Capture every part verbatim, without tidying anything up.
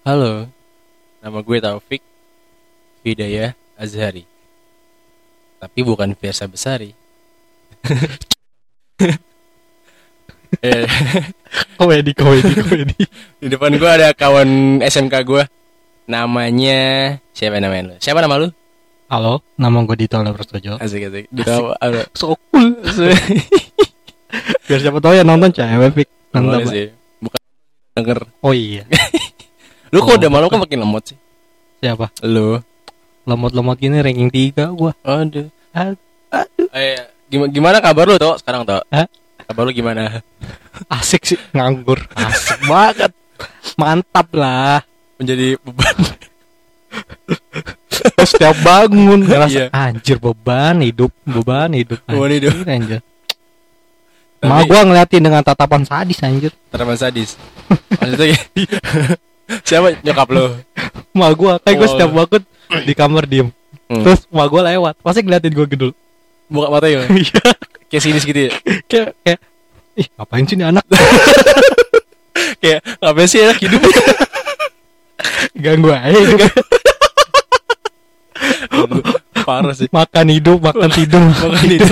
Halo, nama gue Taufik Hidayah Azhari. Tapi bukan Fiasa Besari. Eh, Komedi, komedi, komedi. Di depan gue ada kawan S M K gue. Namanya siapa namanya lu? Siapa nama lu? Halo, nama gue Dito Prastojo. Asik asik. Dito ada. So cool. Biar siapa tahu ya nonton cewek Fik. Boleh Nonton. sih. Bukan denger. Oh iya. Lu kok Oh. udah malam kan makin lemot sih? Siapa? Lu. Lemot-lemot gini ranking tiga gua. Aduh. Aduh. Eh, gimana, gimana kabar lu Tok sekarang Tok? Hah? Kabar lu gimana? Asik sih nganggur. Asik banget. Mantap lah. Menjadi beban. Setiap bangun ngerasa Iya. anjir beban hidup, beban hidup. Beban hidup. Anjir, anjir. Tapi- Ma gua ngeliatin dengan tatapan sadis anjir. Terapan sadis. Maksudnya siapa nyokap lo? Ma gua kayak gua Oh. setiap bangun di kamar diem. Hmm. Terus ma gua lewat, pasti ngeliatin gua gedul. Buka matanya. Iya. Kayak sinis gitu ya. kayak kayak ih ngapain sih nih anak. Kayak ngapain sih anak hidup? Ganggu aja hidup. Parah sih. Makan hidup, makan tidur, Makan itu.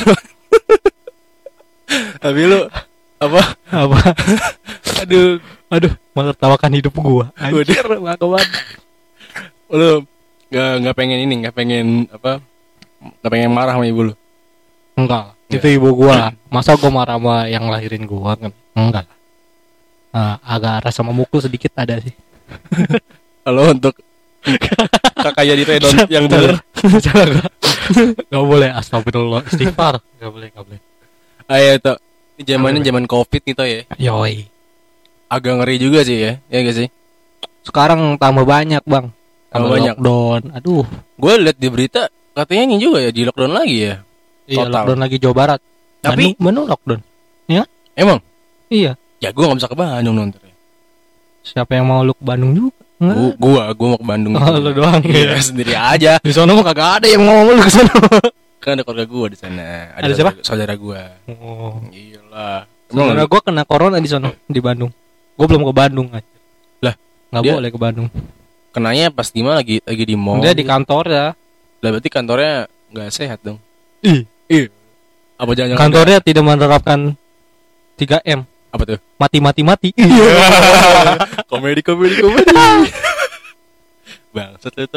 Tapi lu apa? apa? Aduh, Aduh, menertawakan hidup gua. Anjir, gak banget. lu nggak nggak pengen ini, nggak pengen apa? Nggak pengen marah sama ibu lu. Enggak, itu ibu gua. Masa gua marah sama yang lahirin gua kan? Enggak. Nah, agak rasa memukul sedikit ada sih. Kalau untuk kakaknya di Redon yang denger, Salah gak? Gak boleh, astagfirullah, istighfar. Gak boleh, gak boleh. ayo Tok. Ini zamannya zaman Covid nih Tok ya. Yoi. Agak ngeri juga sih ya. Ya gak sih? Sekarang tambah banyak bang. Tambah banyak. lockdown. Aduh. Gue liat di berita katanya ini juga ya di lockdown lagi ya. Iya, Total. lockdown lagi Jawa Barat. Tapi- Bandung, Bandung lockdown. Emang? Iya. Ya gue nggak bisa ke Bandung nonton. Siapa yang mau lu ke Bandung juga? Nggak. Gua, gua, gua mau ke Bandung. Oh, lu doang Iya, ya. sendiri aja. Di sana mah kagak ada yang mau lu ke sana. Kan ada keluarga gua di sana. Ada siapa? saudara, saudara gua. Oh. Iyalah. Saudara Emang gua kena corona di sana di Bandung. Gua belum ke Bandung aja. Lah, nggak dia- boleh ke Bandung. kenanya pas di mana lagi lagi di mall. Dia di kantor ya. Lah berarti kantornya nggak sehat dong. Ih, Iya. Apa jangan kantornya tidak menerapkan tiga M. apa tuh? Mati mati mati. komedi komedi komedi. Bangsat lu tuh.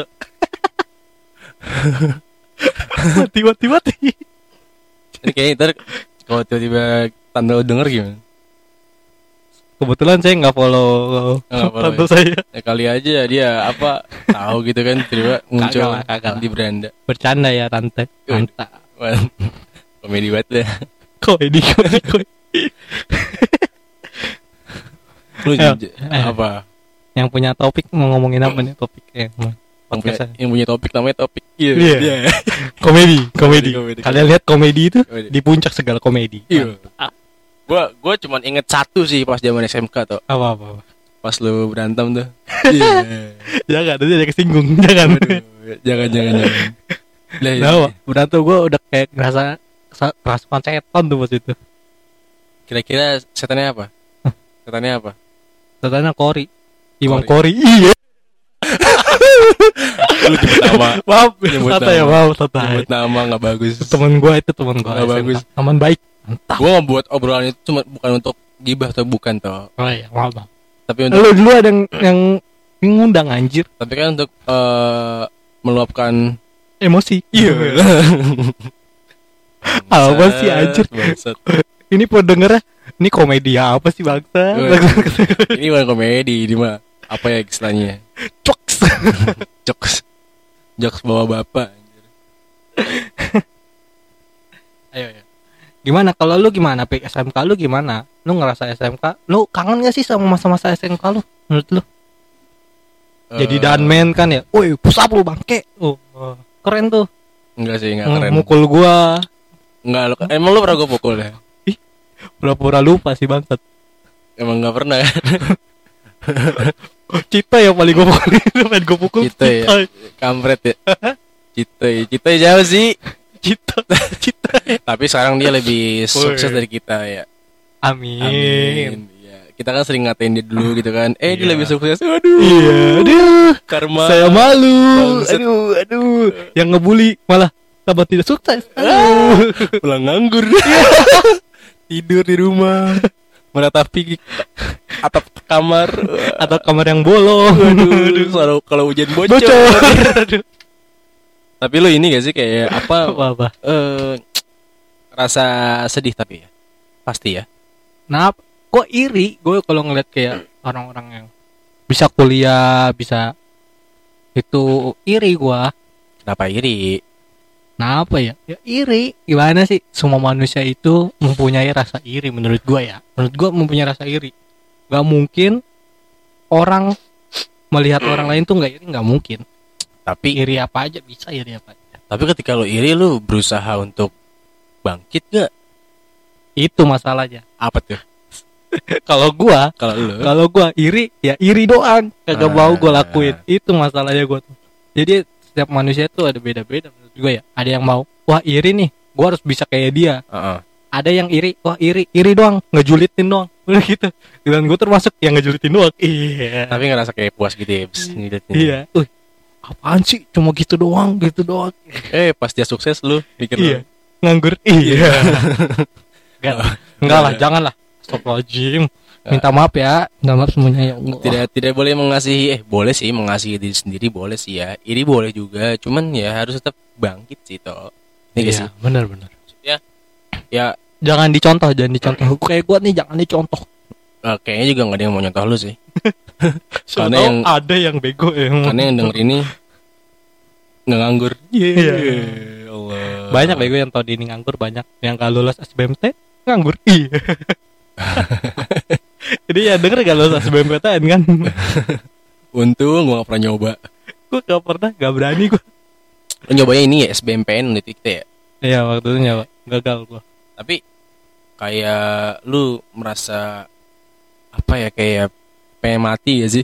mati mati mati. Ini kayaknya ntar kalau tiba-tiba tante lu denger gimana? Kebetulan saya nggak follow Nggak follow, tante ya? saya. Ya kali aja dia apa tahu gitu kan tiba muncul Kagak lah, kagak lah. di beranda. Bercanda ya tante. Mantap. Wah, komedi banget dah. Komedi komedi komedi. Lu Ayo, j- eh. apa? Yang punya topik mau ngomongin apa nih topiknya? Yang punya, Podcastnya. yang punya topik namanya topik. Iya. Iya. Komedi, komedi. Komedi, komedi. Kalian lihat komedi itu Komedi. di puncak segala komedi. Iya. Ah, Gua gua cuman inget satu sih pas zaman S M K tuh. apa apa. apa. Pas lu berantem tuh. Iya. Jangan, nanti ada kesinggung. Jangan. Waduh, jangan jangan jangan. Lah, iya. Nah, berantem gue udah kayak ngerasa keras setan tuh pas itu. Kira-kira setannya apa? Setannya apa? Setannya Kori, Imam Kori. Kori. Iya. Lu nyebut nama. Maaf, Nyebut santai ya, nama. maaf, santai. Nyebut nama enggak bagus. Temen gue itu temen gue. Nggak bagus. Teman baik. Mantap. Gua ngebuat obrolan itu cuma bukan untuk gibah atau bukan toh. Oh iya, maaf. maaf. Tapi untuk Lu dulu ada yang, yang ngundang anjir, tapi kan untuk eh, meluapkan emosi. Iya. Apa sih, anjir? Bangsat. Ini pendengarnya, ini komedi apa sih bangsa? Ini bukan komedi, ini mah apa ya istilahnya? Jokes. Jokes. Jokes bawa bapak anjir. Ayo, ayo. Gimana kalau lu gimana, Pik? S M K lu gimana? Lu ngerasa S M K? Lu kangen gak sih sama masa-masa S M K lu? Menurut lu? Jadi Eh, danman kan ya? Woi, push up lu bangke. Oh, oh, keren tuh. Enggak sih, enggak keren. Mukul gua. Enggak, lu, emang lu pernah gue pukul ya? Pura-pura lupa sih bangsat. Emang enggak pernah kan? Cita yang paling gua pukul. Pengen gua pukul. Cita ya? Kampret ya? Cita ya? Cita ya jauh sih. Cita. Cita. Tapi sekarang dia lebih sukses dari kita ya. Amin. Amin. Ya. kita kan sering ngatain dia dulu gitu kan. Eh dia Iya. lebih sukses. Waduh. Iya, aduh. Karma. Saya malu. Bangset. Aduh, aduh. Yang ngebully malah tambah tidak sukses. Ah. Aduh. Pulang nganggur. Tidur di rumah. Meratapi atap kamar. Atau kamar yang bolong. Aduh, kalau kalau hujan bocor. Bocor. Aduh. Tapi lu ini gak sih kayak apa? Apa-apa. Eh rasa sedih tapi ya. Pasti ya. Nah, kok iri gue kalau ngeliat kayak orang-orang yang bisa kuliah, bisa itu iri gue. Kenapa iri? Nah apa ya? Ya iri. Gimana sih? Semua manusia itu mempunyai rasa iri menurut gue ya. Menurut gue mempunyai rasa iri. Gak mungkin orang melihat orang lain tuh gak iri, gak mungkin. Tapi Iri apa aja bisa, iri apa aja. tapi ketika lu iri lu berusaha untuk bangkit gak? Itu masalahnya. Apa tuh? Kalau gua, Kalau lu kalau gua iri, ya iri doang. Kagak Ah. mau gua lakuin. Itu masalahnya gua tuh. Jadi setiap manusia tuh ada beda-beda menurut gua ya. Ada yang mau, wah iri nih, gua harus bisa kayak dia. Heeh. Ada yang iri, wah iri, iri doang, ngejulitin doang. Udah gitu. Dan gua termasuk yang ngejulitin doang. Iya. Tapi ngerasa kayak puas gitu ya. Psst, ngeliatin. Iya. Wih, apaan sih? Cuma gitu doang, gitu doang. Eh pas dia sukses lu pikir Iya. lu, Nganggur. Iya. Enggak, enggak lah, janganlah. Astagfirullahaladzim. Minta maaf ya. Minta maaf semuanya ya Allah. tidak tidak boleh mengasihi eh boleh sih mengasihi diri sendiri boleh sih ya. Iri boleh juga. Cuman ya harus tetap bangkit sih toh. Ini Iya, sih. benar-benar. Ya. Ya Jangan dicontoh, jangan dicontoh. Kayak gua nih jangan dicontoh. eh, kayaknya juga nggak ada yang mau nyontoh lu sih. Karena yang yang ada yang bego ya. karena yang denger ini nggak nganggur. Iya. Allah. Banyak bego yang tau ini nganggur, banyak yang gak lulus S B M T nganggur. Iya. Jadi ya denger gak lulus S B M P T N kan. Untung gua nggak pernah nyoba. Gue gak pernah, gak berani gue. Lu nyobanya ini ya S B M P N itu ya. Iya waktu itu nyoba, gagal gue. Tapi kayak lu merasa apa ya kayak pengen mati ya sih?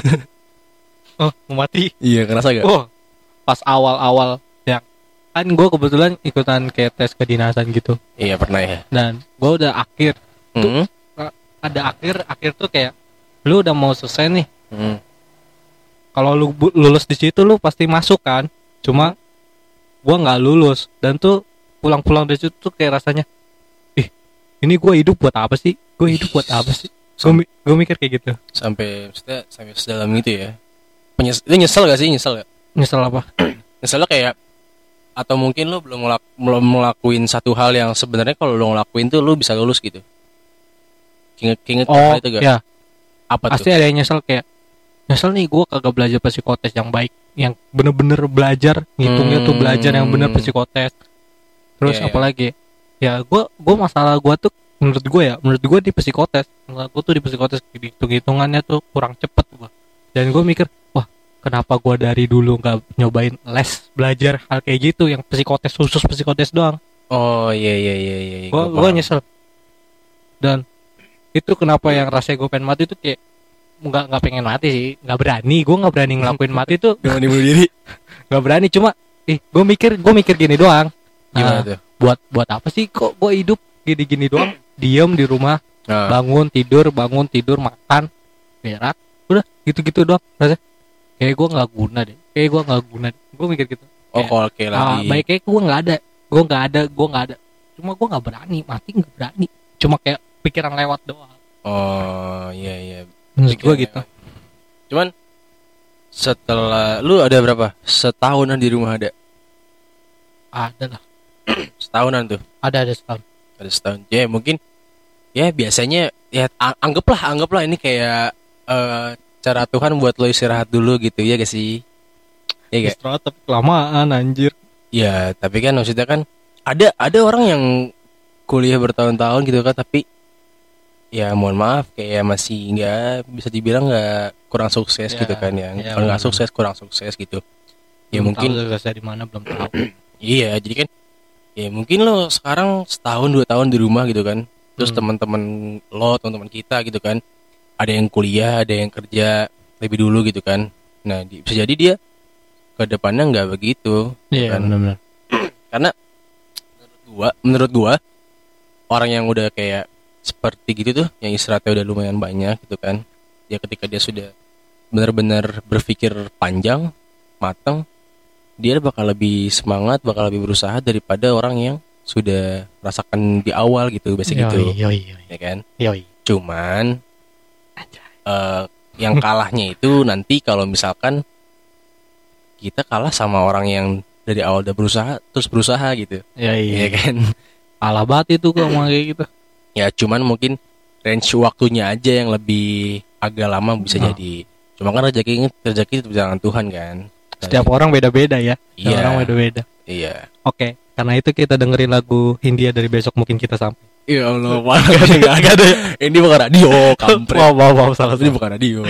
Oh mau mati. Iya, ngerasa gak? Oh pas awal-awal yang kan gue kebetulan ikutan kayak tes kedinasan gitu. Iya pernah ya. Dan gue udah akhir. Hmm. Ada akhir, akhir tuh kayak lu udah mau selesai nih. Hmm. Kalau lu bu- lulus di situ lu pasti masuk kan. Cuma gua nggak lulus dan tuh pulang-pulang dari situ tuh kayak rasanya, ih ini gua hidup buat apa sih? Gua hidup buat apa sih? Gua, mi- gua mikir kayak gitu. Sampai maksudnya sampai sedalam itu ya. Penyes lu nyesel gak sih? Nyesel gak? Nyesel apa? Nyeselnya kayak atau mungkin lu belum ngelak- belum ngelakuin satu hal yang sebenarnya kalau lu ngelakuin tuh lu bisa lulus gitu. Ingat inget Oh itu gak? ya, Apa pasti tuh? ada yang nyesel kayak nyesel nih gua kagak belajar psikotes yang baik, yang bener-bener belajar ngitungnya tuh Hmm. belajar yang bener psikotes. Terus Iya, iya. apalagi? Ya gua gua masalah gua tuh menurut gua ya, menurut gua di psikotes, menurut gua tuh di psikotes hitung-hitungannya tuh kurang cepet gua. Dan gua mikir, wah kenapa gua dari dulu nggak nyobain les belajar hal kayak gitu yang psikotes khusus psikotes doang. Oh iya iya iya iya. Gua Gua gua paham. nyesel. Dan itu kenapa yang rasanya gue pengen mati tuh kayak nggak nggak pengen mati sih, nggak berani, gue nggak berani ngelakuin mati tuh, Jangan dibunuh diri. nggak berani. Cuma ih gue mikir gue mikir gini doang. Gimana Nah, tuh? buat buat apa sih kok gue hidup gini-gini doang, diem di rumah, Nah, bangun tidur bangun tidur makan berak, udah gitu-gitu doang. Rasanya kayak gue nggak guna deh, kayak gue nggak guna. Gue mikir gitu. oh kalau kayak Ah, lagi. baik kayak gue nggak ada, gue nggak ada, gue nggak ada. Cuma gue nggak berani mati, nggak berani. Cuma kayak pikiran lewat doang. Oh iya iya. Menurut gue Pikiran gitu. lewat. Cuman setelah lu ada berapa? Setahunan di rumah ada. Ada lah, Setahunan tuh. ada ada setahun. Ada setahun. Ya mungkin ya biasanya ya a- anggaplah anggaplah ini kayak eh, cara Tuhan buat lo istirahat dulu gitu ya gak sih? Ya gak? Istirahat tapi kelamaan anjir. Ya tapi kan maksudnya kan ada ada orang yang kuliah bertahun-tahun gitu kan tapi ya mohon maaf kayak masih nggak bisa dibilang nggak kurang sukses Ya, gitu kan ya. ya, Kalau nggak benar. sukses kurang sukses gitu. Ya Belum mungkin tahu suksesnya di mana belum tahu. iya jadi kan ya mungkin lo sekarang setahun dua tahun di rumah gitu kan. Terus Hmm. teman-teman lo teman-teman kita gitu kan ada yang kuliah ada yang kerja lebih dulu gitu kan. Nah di- bisa jadi dia ke depannya nggak begitu. Iya kan. benar-benar. Karena menurut gua menurut gua orang yang udah kayak seperti gitu tuh, yang istirahatnya udah lumayan banyak gitu kan, ya ketika dia sudah benar-benar berpikir panjang, matang, dia bakal lebih semangat, bakal lebih berusaha daripada orang yang sudah merasakan di awal gitu, biasa gitu, Yoi, yoi, ya kan. yoi. Cuman uh, yang kalahnya itu nanti kalau misalkan kita kalah sama orang yang dari awal udah berusaha terus berusaha gitu, Yoi. ya kan. Alah banget itu kok sama kayak gitu. Ya cuman mungkin range waktunya aja yang lebih agak lama bisa Oh. jadi. Cuma kan rezeki rezeki itu di tangan Tuhan kan. Setiap orang beda-beda ya. Setiap Iya. orang beda-beda. Iya. Oke, karena itu kita dengerin lagu Hindia dari Besok Mungkin Kita Sampai. Ya Allah, enggak ada. Ini bukan radio, kampret. Wow, wow, wow, salah Ini satu. bukan radio.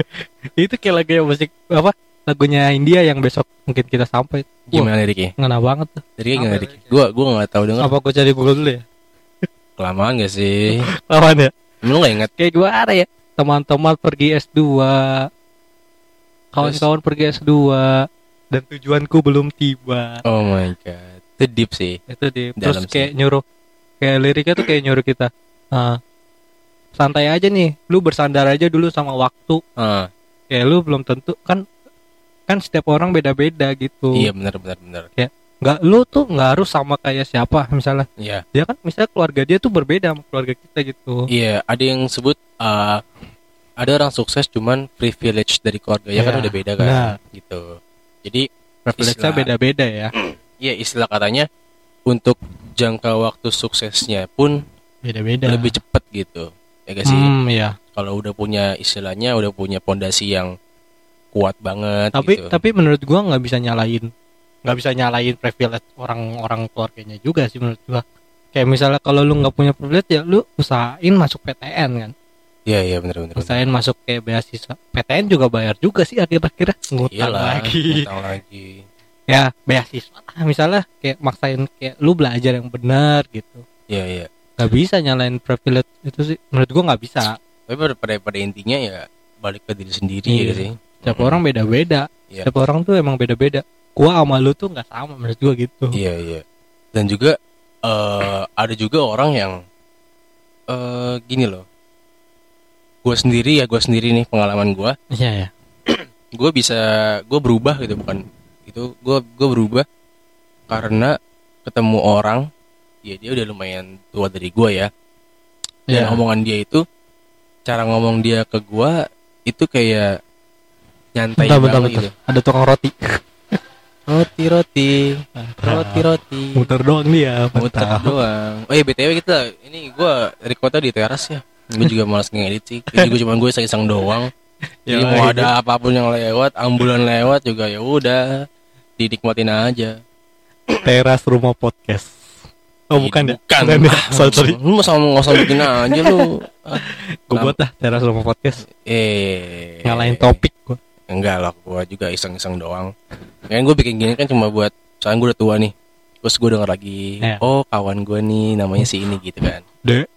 Itu kayak lagu yang musik apa? Lagunya India yang Besok Mungkin Kita Sampai. Gimana liriknya? Ngena banget tuh. Liriknya gimana Apa liriknya? Gua gua enggak tahu denger. Apa gue cari Google dulu ya? Kelamaan gak sih? Lawan ya? Lu enggak ingat? Kayak gimana ya? Teman-teman pergi S dua, kawan-kawan pergi S dua, dan tujuanku belum tiba. Oh my god. Itu deep sih. Itu di Dalam terus sih. kayak nyuruh, kayak liriknya tuh kayak nyuruh kita, ah, santai aja nih, lu bersandar aja dulu sama waktu. Ah, Kayak lu belum tentu kan, kan setiap orang beda-beda gitu. iya benar benar benar. Nggak, lu tuh nggak harus sama kayak siapa misalnya. Iya. Dia kan misalnya keluarga dia tuh berbeda sama keluarga kita gitu. Iya, ada yang sebut uh, ada orang sukses cuman privilege dari keluarga ya kan Iya, udah beda kan benar. gitu. Jadi Privilege-nya istilah- beda-beda ya. iya istilah katanya untuk jangka waktu suksesnya pun Beda-beda. lebih cepet gitu. Ya gak sih? Hmm, ya. Kalau udah punya istilahnya udah punya pondasi yang kuat banget Tapi gitu. tapi menurut gua nggak bisa nyalain, nggak bisa nyalain privilege orang-orang keluarganya juga sih menurut gua. Kayak misalnya kalau lu nggak punya privilege ya lu usahain masuk P T N kan. Iya iya benar benar. Usahain masuk kayak beasiswa. P T N juga bayar juga sih akhir-akhirnya. Ngutang Iyalah, lagi. ngutang lagi. Ya beasiswa lah, misalnya kayak maksain kayak lu belajar yang benar gitu. Iya iya. Nggak bisa nyalain privilege itu sih menurut gua nggak bisa. Tapi pada pada, pada intinya ya balik ke diri sendiri Iya. ya sih. Setiap orang beda-beda. Iya. Setiap orang tuh emang beda-beda. Gua sama lu tuh nggak sama menurut gua gitu. Iya iya. Dan juga eh ada juga orang yang eh gini loh. Gue sendiri ya gue sendiri nih pengalaman gue. Iya ya. Gue bisa gue berubah gitu bukan itu gue gue berubah karena ketemu orang ya dia udah lumayan tua dari gue ya. Dan Iya. omongan dia itu cara ngomong dia ke gue itu kayak nyantai Bentar, banget bentar, bentar. gitu. Ada tukang roti. Roti roti roti roti. Muter doang dia. Muter Mantap. doang. Oh iya B T W kita ini gue record kota di teras ya. Gue juga malas ngedit sih. Ini juga cuma gue iseng-iseng doang. Jadi Ya, mau gitu. ada apapun yang lewat, ambulan lewat juga ya udah dinikmatin aja. Teras rumah podcast. Oh Ih, bukan ya? Bukan. ya? Ah, Sorry, sorry. Lu masa ngomong ngosong bikin aja lu. Ah, Gue buat dah teras rumah podcast. eh Ngalahin topik gue. Enggak lah, gue juga iseng-iseng doang. Kan gue bikin gini kan cuma buat soalnya gue udah tua nih. Terus gue denger lagi, Iya. oh kawan gue nih namanya si ini gitu kan. Dek.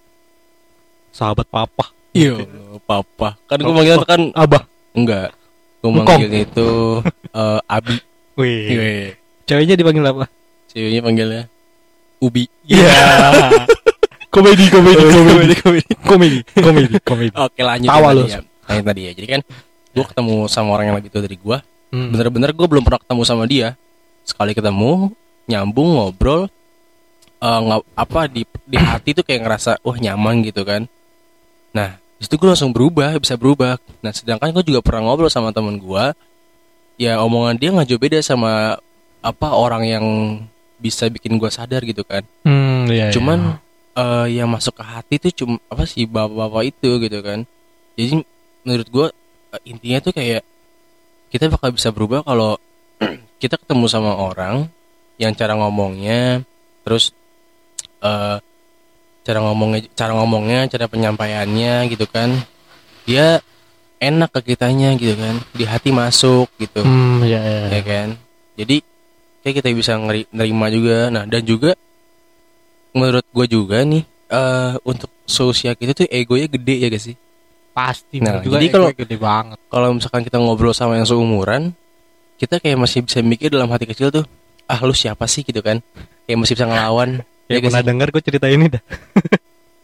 Sahabat papa. Iya, papa. Kan gue manggil kan Abah. enggak. Gue Engkong. manggilnya itu eh, Abi. Wih. Wih. Ceweknya dipanggil apa? Ceweknya panggilnya Ubi. Iya. komedi, komedi, komedi, komedi, komedi, komedi, komedi. Oke lanjut Tawa yang lu. tadi ya. Lanjut tadi ya. Jadi kan gue ketemu sama orang yang lebih tua dari gue. Hmm. Bener-bener gue belum pernah ketemu sama dia. Sekali ketemu, nyambung, ngobrol, eh, nggak apa di di hati tuh kayak ngerasa wah nyaman gitu kan. Nah, disitu gue langsung berubah, bisa berubah. Nah, sedangkan gue juga pernah ngobrol sama temen gue. Ya omongan dia nggak jauh beda sama apa orang yang bisa bikin gue sadar gitu kan. Hmm, iya, iya. Cuman eh, yang masuk ke hati tuh cuma apa sih bapak-bapak itu gitu kan. Jadi menurut gue eh, intinya tuh kayak kita bakal bisa berubah kalau kita ketemu sama orang yang cara ngomongnya, terus eh, cara ngomongnya, cara ngomongnya, cara penyampaiannya gitu kan, dia enak ke kitanya gitu kan, di hati masuk gitu, Hmm, iya, iya. ya kan. Jadi kayak kita bisa ngeri- nerima juga. Nah dan juga menurut gue juga nih eh untuk sosial kita tuh egonya gede ya gak sih? Pasti. Nah, menurut gua jadi ego kalau- gede banget. Kalau misalkan kita ngobrol sama yang seumuran, kita kayak masih bisa mikir dalam hati kecil tuh, ah lu siapa sih gitu kan? Kayak masih bisa ngelawan. Ya, gak pernah sih? denger gue cerita ini dah.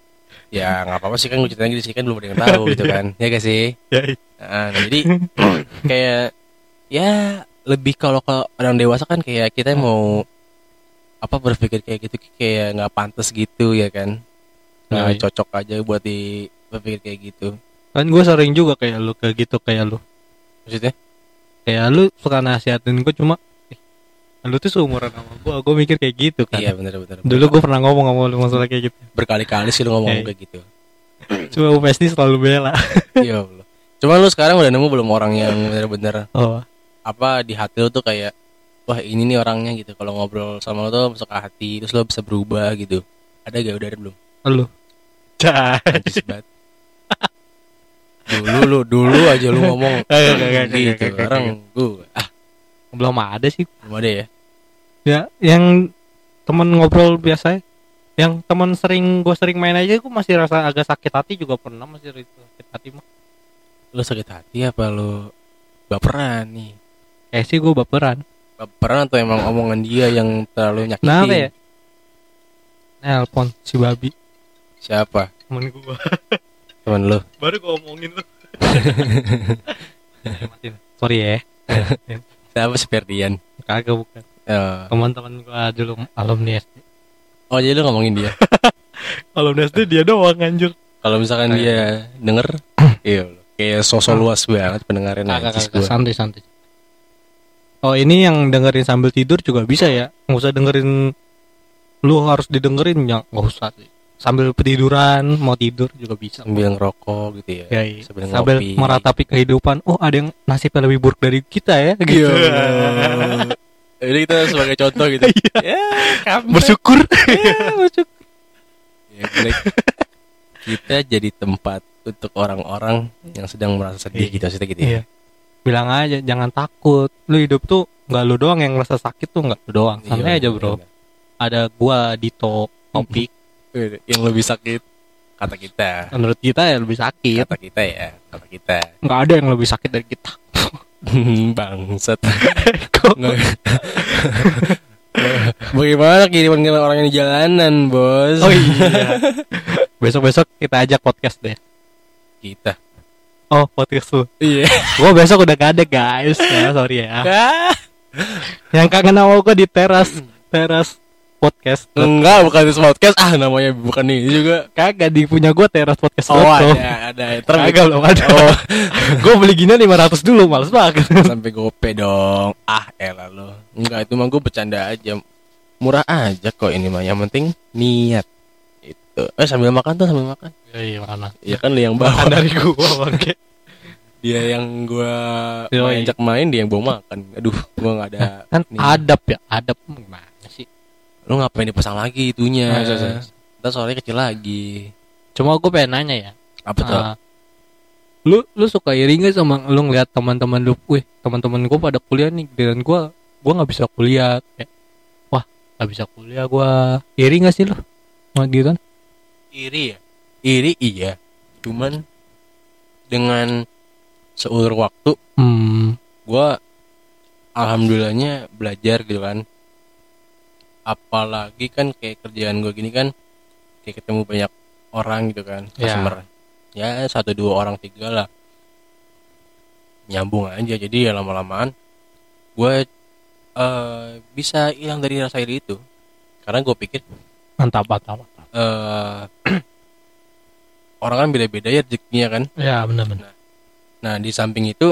Ya nggak apa-apa sih kan gue ceritanya gitu sih kan belum ada yang tahu gitu kan. Ya gak sih? Ya, Nah, nah, jadi kayak ya lebih kalau ke orang dewasa kan kayak kita mau apa berpikir kayak gitu kayak nggak pantas gitu ya kan. Nggak Nah, iya. cocok aja buat di berpikir kayak gitu. Kan gue sering juga kayak lu kayak gitu kayak lu. Maksudnya? Kayak lu suka nasihatin gue cuma eh, lu tuh seumuran sama gue, gue mikir kayak gitu kan. Iya benar-benar. Dulu gue pernah ngomong sama lu masalah kayak gitu. Berkali-kali sih lu ngomong Iya. kayak gitu. Cuma U P S D selalu bela. Ya Allah. Cuma lu sekarang udah nemu belum orang yang benar-benar Oh, apa di hati lu tuh kayak wah ini nih orangnya gitu. Kalau ngobrol sama lu tuh masuk ke hati terus lu bisa berubah gitu. Ada gak? Udah ada belum? lu. Cah. Anjis banget. Dulu lu dulu aja lu ngomong Kagak, kagak, kagak, gitu. kagak, Sekarang kagak. gue ah Belum ada sih. belum ada ya. Ya, yang temen ngobrol biasa, yang temen sering gue sering main aja, gue masih rasa agak sakit hati juga pernah masih itu sakit hati mah. Lu sakit hati apa lu baperan nih? Kayak sih gue baperan. Baperan atau emang omongan dia yang terlalu nyakitin? Kenapa ya? Nelpon si babi Siapa? temen gue. Temen lu? Baru gue omongin lu. Sorry ya. Siapa si Ferdian? Kagak bukan. Eh, Teman-teman gue dulu alumni S D. oh jadi lu ngomongin dia. Alumni S D dia doang anjir. Kalau misalkan Kayak- dia denger, iya loh. Kayak sosok luas banget pendengaran Kagak najis kagak gua. santai santai. Oh ini yang dengerin sambil tidur juga bisa ya? Nggak usah dengerin. Lu harus didengerin ya? Nggak usah sih. Sambil tiduran mau tidur juga bisa. Sambil ngerokok gitu ya. Ya, iya. Sambil, Sambil ngopi. meratapi kehidupan. Oh ada yang nasibnya lebih buruk dari kita ya? Gitu. Iya. Jadi kita sebagai contoh gitu. Ya, kampret. Bersyukur. Ya, bersyukur. Ya, Black. Kita jadi tempat untuk orang-orang yang sedang merasa sedih Iya. gitu maksudnya gitu ya. Iya. Bilang aja jangan takut. Lu hidup tuh nggak lu doang yang ngerasa sakit tuh nggak lu doang. Santai Iya, aja bro. bener. Ada gua Dito Topik. Yang lebih sakit kata kita. Menurut kita ya lebih sakit. Kata kita ya, kata kita. Nggak ada yang lebih sakit dari kita. Bangsat. Kok? Nggak. Bagaimana kiriman orang yang di jalanan, Bos? Oh iya. Besok-besok kita ajak podcast deh. Kita. Oh podcast lu. Iya. Gua besok udah gak ada guys. Ya sorry ya. Ah. Yang kangen sama gua di teras teras podcast. Enggak, bukan di podcast. Ah, namanya bukan ini juga. Kagak di punya gua teras podcast. Oh, Loto. ada, ada. Ntar Kagak belum ada. Oh, Gua beli gini lima ratus dulu, males banget. sampai gope dong. Ah, elah lo. Enggak, itu mah gue bercanda aja. Murah aja kok ini mah. Yang penting niat. Itu. Eh, sambil makan tuh, sambil makan. Iya mana? Ya kan lu yang bawa. Makan dari gua bangke. Dia yang gua Yoi. ajak main, dia yang bawa makan. Aduh, gua enggak ada. Kan nih. adab ya, adab gimana sih? Lu ngapain dipasang lagi itunya? Masa sih? Ntar soalnya kecil lagi. Cuma gua pengen nanya ya. Apa tuh? Ah, lu lu suka iri gak sama lu ngeliat teman-teman lu, wih teman-teman gua pada kuliah nih dan gua gua nggak bisa kuliah, kayak wah nggak bisa kuliah gua, iri gak sih lu mau gitu? Iri ya? Iri iya. Cuman dengan seulur waktu Hmm, gua alhamdulillahnya belajar gitu kan. Apalagi kan kayak kerjaan gua gini kan kayak ketemu banyak orang gitu kan, Ya. customer. Ya satu dua orang tiga lah. Nyambung aja jadi ya lama-lamaan gue eh, bisa hilang dari rasa iri itu. Karena gue pikir mantap mantap. mantap. eh, orang kan beda-beda ya rezekinya kan. Ya benar-benar. Nah di samping itu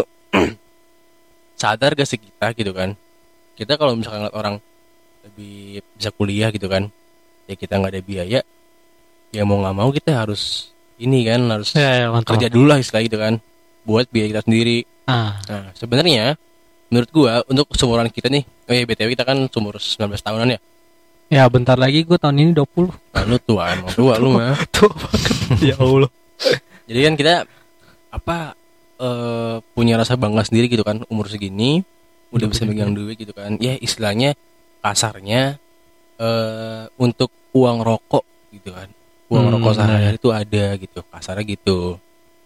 sadar gak sih kita gitu kan, kita kalau misalkan ngeliat orang lebih bisa kuliah gitu kan, ya kita nggak ada biaya, ya mau nggak mau kita harus ini kan harus Ya, ya mantap. kerja dulu lah istilah gitu kan buat biaya kita sendiri. Ah, Nah sebenarnya menurut gua untuk seumuran kita nih, oh ya B T W kita kan seumur sembilan belas tahunan ya. ya bentar lagi gua tahun ini dua puluh. Nah, lu tua emang tua lu mah. Tuh banget. Ya Allah. Jadi kan kita apa eh, punya rasa bangga sendiri gitu kan, umur segini udah bisa megang duit gitu kan. Ya istilahnya kasarnya eh, untuk uang rokok gitu kan. Uang Hmm, rokok benar. sehari-hari itu ada gitu, kasarnya gitu.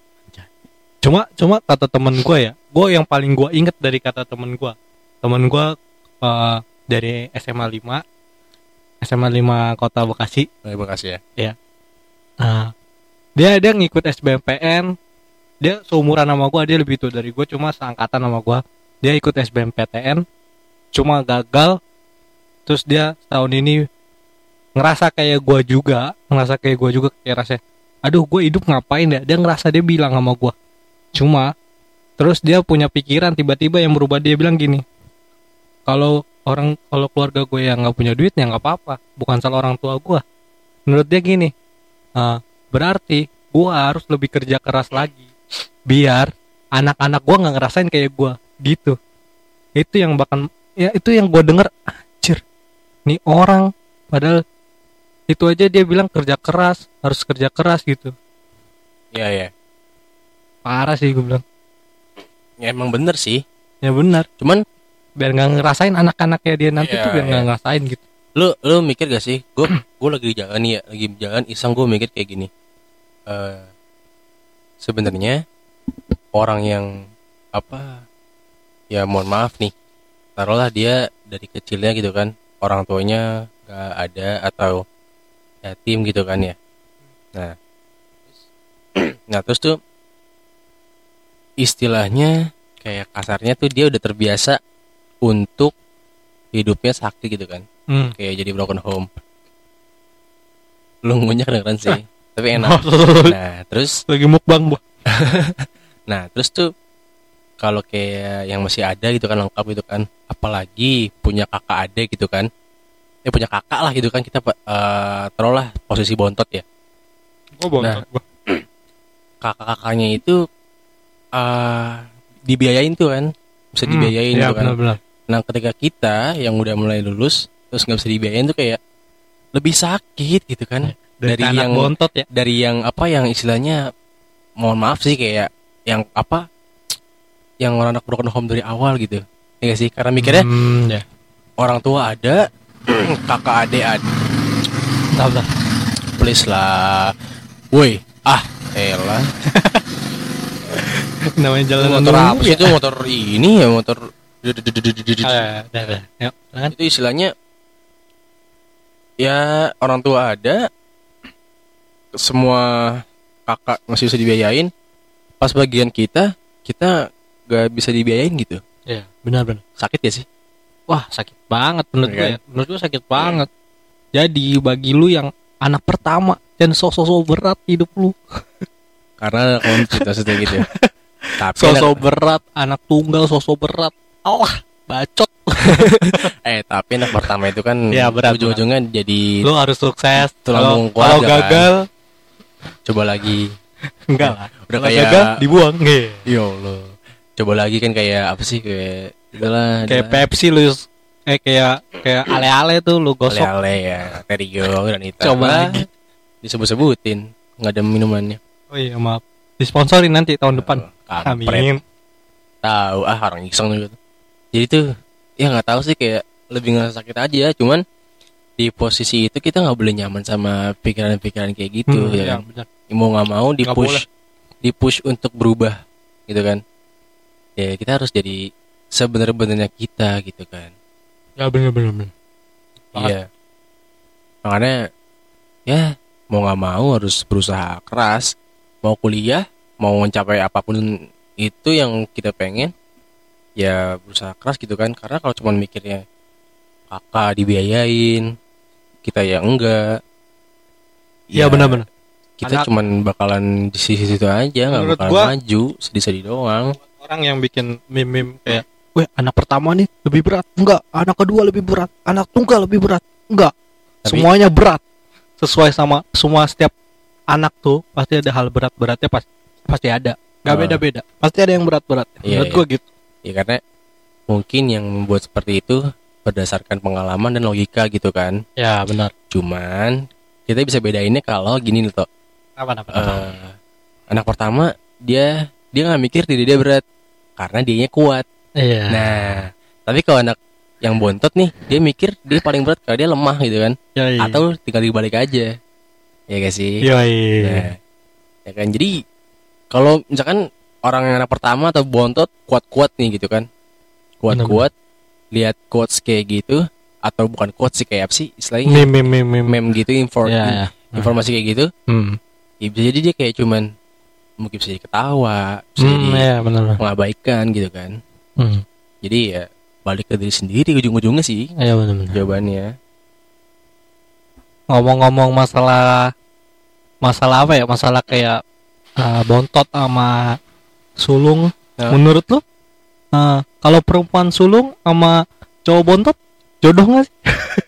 Cuma cuma kata temen gue ya, gue yang paling gue inget dari kata temen gue, temen gue uh, dari S M A lima S M A lima Kota Bekasi. Terima kasih ya. Nah, Dia dia ngikut S B M P N. Dia seumuran sama gua, dia lebih tua dari gua cuma seangkatan sama gua. Dia ikut S B M P T N cuma gagal. Terus dia tahun ini ngerasa kayak gua juga, ngerasa kayak gua juga kayak rasanya, aduh gua hidup ngapain ya? Dia ngerasa, dia bilang sama gua. Cuma terus dia punya pikiran tiba-tiba yang berubah, dia bilang gini, kalau orang kalau keluarga gue yang nggak punya duit ya nggak apa-apa, bukan salah orang tua gue. Menurut dia gini, ah, berarti gue harus lebih kerja keras lagi biar anak-anak gue nggak ngerasain kayak gue gitu. Itu yang bahkan ya itu yang gue denger, anjir nih orang, padahal itu aja dia bilang kerja keras, harus kerja keras gitu. Iya ya. Parah sih gue bilang. Ya emang bener sih. Ya benar. Cuman biar nggak ngerasain anak-anaknya dia nanti Iya, tuh biar nggak iya. ngerasain gitu. lu lu mikir gak sih? Gue gue lagi jalan nih ya, lagi jalan iseng gue mikir kayak gini. Eh sebenarnya orang yang apa? Ya mohon maaf nih. Taruhlah dia dari kecilnya gitu kan, orang tuanya gak ada atau yatim gitu kan ya. Nah, nah terus tuh istilahnya kayak kasarnya tuh dia udah terbiasa untuk hidupnya sakti gitu kan, Hmm. kayak jadi broken home. Lu ngunyah kedengeran sih, tapi enak. Nah terus, Lagi mukbang bu. nah terus tuh kalau kayak yang masih ada gitu kan, lengkap gitu kan, apalagi punya kakak adik gitu kan, eh punya kakak lah gitu kan, kita uh, taruhlah posisi bontot ya. Oh bontot Nah. gua. Kakak-kakaknya itu uh, dibiayain tuh kan, bisa dibiayain Hmm, gitu ya, kan. benar-benar. Nah ketika kita yang udah mulai lulus terus nggak bisa dibiayain tuh kayak lebih sakit gitu kan, Dari, dari anak yang bontot ya. dari yang apa yang istilahnya mohon maaf sih kayak yang apa yang orang anak broken home dari awal gitu ya gak sih, karena mikirnya Hmm, ya. orang tua ada kakak adik ada, Bentar, bentar. please lah woi ah elah. Namanya jalan Motor apa sih itu, motor ini ya, motor Ah, ya, ya, ya. Yuk, silakan. itu istilahnya ya orang tua ada, semua kakak masih bisa dibiayain, pas bagian kita kita gak bisa dibiayain gitu. Iya, benar-benar. Sakit ya sih. Wah, sakit banget menurut Iya gue kan? ya. Menurut gue sakit banget. Jadi bagi lu yang anak pertama dan sosok berat hidup lu. Karena konflik maksudnya gitu ya. Tapi Sosok anak, berat, anak tunggal sosok berat. Allah, bacot. eh tapi anak pertama itu kan Ya, berat, ujung-ujungnya jadi Lu harus sukses. Tulang Kalau punggung kalau keluarga, gagal coba lagi. enggak lah. Udah Kalau kayak- gagal dibuang. Nggih. Ya Allah. Coba lagi kan kayak apa sih, kayak udahlah. Kayak udahlah. Pepsi lu eh kayak kayak ale-ale tuh lu gosok. Ale-ale ya, Terigo dan itu. Coba lagi. Disebut-sebutin, nggak ada minumannya. Oh iya, maaf. Disponsorin nanti tahun depan. Kampret. Amin. Tahu ah orang iseng gitu. Jadi tuh ya nggak tahu sih, kayak lebih ngerasa sakit aja. Cuman di posisi itu kita nggak boleh nyaman sama pikiran-pikiran kayak gitu Hmm, ya ya, kan. benar. Mau nggak mau di Nggak push, boleh. di push untuk berubah gitu kan. Ya kita harus jadi sebenar-benarnya kita gitu kan. Ya benar-benar. benar. Banget. Iya. Makanya ya mau nggak mau harus berusaha keras. Mau kuliah, mau mencapai apapun itu yang kita pengen, ya berusaha keras gitu kan. Karena kalau cuma mikirnya kakak dibiayain, kita ya enggak. Iya, benar-benar. Kita Anak- cuman bakalan di sisi-situ aja, nggak Menurut bakalan gua- maju, sedih-sedih doang. Orang yang bikin meme-meme kayak, "Weh, anak pertama nih lebih berat." Enggak, anak kedua lebih berat. Anak tunggal lebih berat. Enggak. Tapi- Semuanya berat. Sesuai sama semua, setiap anak tuh pasti ada hal berat-beratnya, pasti pasti ada. Gak Ah. beda-beda. Pasti ada yang berat-berat. Iya, Menurut iya. gua gitu. Ya karena mungkin yang membuat seperti itu berdasarkan pengalaman dan logika gitu kan. Ya, benar. Cuman kita bisa bedainnya kalau gini loh, Tok. Apa apa? Eh, anak pertama dia dia nggak mikir diri dia berat karena dianya kuat. Iya. Nah, tapi kalau anak yang bontot nih, dia mikir dia paling berat karena dia lemah gitu kan. Yoi. Atau tinggal dibalik aja. Ya gak sih? Yoi. Nah, ya kan, jadi kalau misalkan orang yang anak pertama atau bontot kuat-kuat nih gitu kan, kuat-kuat, lihat quotes kayak gitu, atau bukan quotes sih, kayak apa sih istilahnya, Meme meme meme. meme gitu, info, Ya, ya. informasi kayak gitu, Hmm. ya bisa jadi dia kayak cuman mungkin bisa jadi ketawa, bisa Hmm, jadi ya benar. mengabaikan gitu kan. Hmm. Jadi ya balik ke diri sendiri ujung-ujungnya sih Iya benar-benar. jawabannya. Ngomong-ngomong masalah masalah apa ya? Masalah kayak uh, bontot sama sulung. Nah. Menurut lu uh, kalau perempuan sulung sama cowok bontot jodoh nggak sih?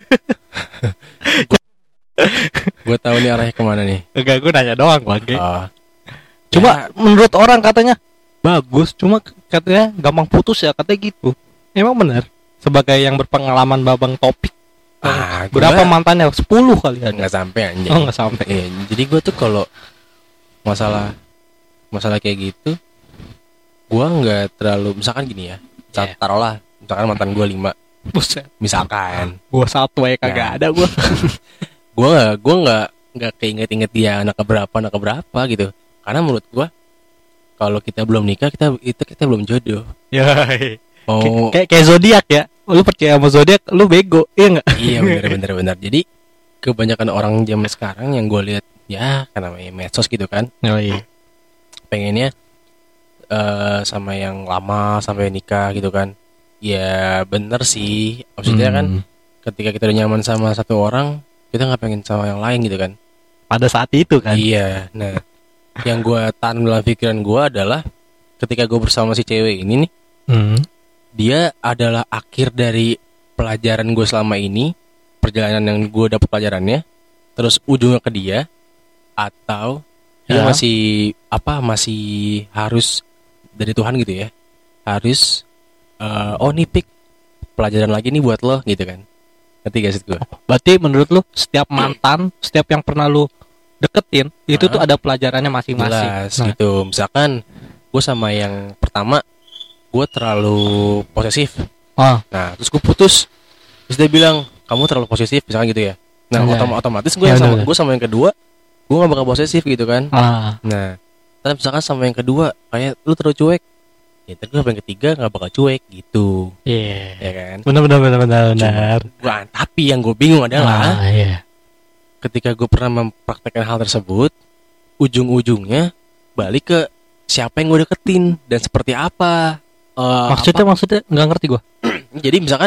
Gue tahu nih arahnya kemana nih. Enggak, gue nanya doang bang. Oh, Cuma menurut orang katanya bagus, cuma katanya gampang putus ya, katanya gitu. Emang benar? Sebagai yang berpengalaman babang topik, ah, berapa gua mantannya? sepuluh kali ada. nggak sampai anjing. Oh nggak sampai. Iya, jadi gue tuh kalau masalah masalah kayak gitu, gue nggak terlalu misalkan gini ya. Yeah. Taruhlah, misalkan mantan gue lima, Buset. misalkan. Gua satu ya kagak Nah. ada gua. gue nggak gue nggak nggak keinget-inget dia anak keberapa anak keberapa gitu. Karena menurut gue kalau kita belum nikah kita itu kita belum jodoh. Ya. Mau Kayak kayak zodiak ya. Lu percaya sama zodiak, lu bego. Iya enggak? iya bener bener bener. Jadi kebanyakan orang zaman sekarang yang gue lihat ya kan namanya medsos gitu kan, Oh iya. pengennya eh sama yang lama sampai nikah gitu kan. Ya bener sih, maksudnya kan Hmm. ketika kita udah nyaman sama satu orang kita nggak pengen sama yang lain gitu kan. Pada saat itu kan. Iya, nah yang gue tanam dalam pikiran gue adalah ketika gue bersama si cewek ini nih, Hmm. dia adalah akhir dari pelajaran gue selama ini, perjalanan yang gue dapet pelajarannya, terus ujungnya ke dia, atau dia Ya. masih apa masih harus dari Tuhan gitu ya, harus eh, oh nih pik pelajaran lagi nih buat lo gitu kan, ngerti gak sih gue? Berarti menurut lu setiap mantan, setiap yang pernah lu deketin, itu tuh ada pelajarannya masing-masing. Jelas Nah, gitu, misalkan gue sama yang pertama gue terlalu posesif. ah, Nah, terus gue putus. Terus dia bilang, kamu terlalu posesif, misalkan gitu ya. Nah, Iya. otom- otomatis gue Ya, yang sama bener. gue sama yang kedua, gue gak bakal posesif gitu kan. ah, Nah, tapi misalkan sama yang kedua, kayak lu terlalu cuek. Ya, terus gue sama yang ketiga gak bakal cuek gitu, iya. ya kan. Benar benar benar benar benar. Gua, tapi yang gue bingung adalah, Ah, iya. ketika gue pernah mempraktekkan hal tersebut, ujung-ujungnya balik ke siapa yang gue deketin dan seperti apa. Eh, Maksudnya maksudnya nggak ngerti gua. Jadi misalkan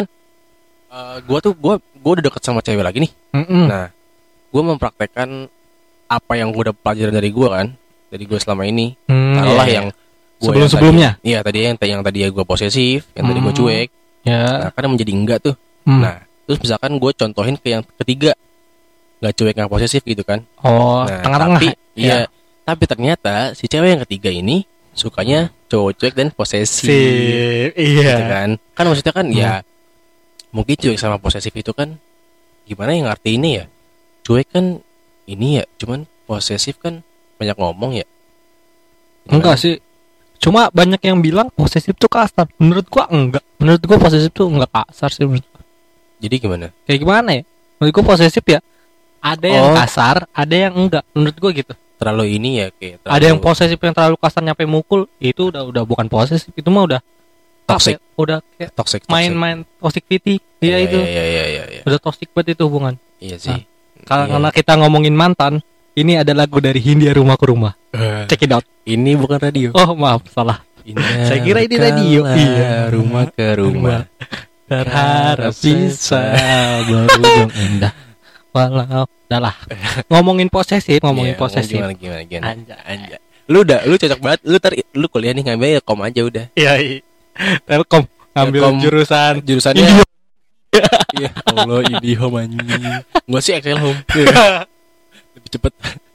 uh, gue tuh gue gue udah deket sama cewek lagi nih. Mm-mm. Nah, gue mempraktekkan apa yang gue udah pelajaran dari gue kan, dari gue selama ini. Hmm, Taruhlah iya, yang iya. gua Sebelum-sebelumnya? yang tadi- Iya tadi yang yang tadi ya gue posesif, yang tadi gue Hmm. cuek. Ya. Nah, kadang menjadi enggak tuh. Hmm. Nah, terus misalkan gue contohin ke yang ketiga, nggak cuek nggak posesif gitu kan. Oh, Nah, tengah-tengah. Tapi, Ya. iya. Tapi ternyata si cewek yang ketiga ini sukanya cowok cuek dan posesif. Sip, Gitu iya. kan. Kan maksudnya kan Hmm. ya mungkin cuek sama posesif itu kan gimana yang arti ini ya? Cuek kan ini ya, cuman posesif kan banyak ngomong ya. Gimana? Enggak sih. Cuma banyak yang bilang posesif tuh kasar. Menurut gua enggak. Menurut gua posesif tuh enggak kasar sih menurut gua. Jadi gimana? Kayak gimana ya? Menurut gua posesif ya ada yang Oh. kasar, ada yang enggak. Menurut gua gitu. Terlalu ini ya kayak terlalu Ada yang posesif yang terlalu kasar nyampe mukul, itu udah udah bukan posesif, itu mah udah Toxic. apa ya? Udah kayak toxic, toxic. main-main toxicity. Iya itu. Iya iya iya iya. Udah toxic banget itu hubungan. Iya sih. Kalau Iya. karena kita ngomongin mantan, ini ada lagu dari Hindia Rumah ke Rumah. Eh, Check it out. ini bukan radio. Oh, maaf, salah. Indah Saya kira ini radio. kala Iya. Rumah ke rumah. Berharap bisa berujung indah. Walau udahlah. Ngomongin posesif, ngomongin Iya, posesif. Gimana gimana gimana. Anjay. Anjay. Lu udah lu cocok banget. Lu tar lu kuliah nih ngambil ya kom aja udah. Iya, iya. Telkom ngambil Telkom. jurusan Jurusannya Indo. Iya, Allah IndiHome anjing. Gua sih Excel Home. Lebih cepet.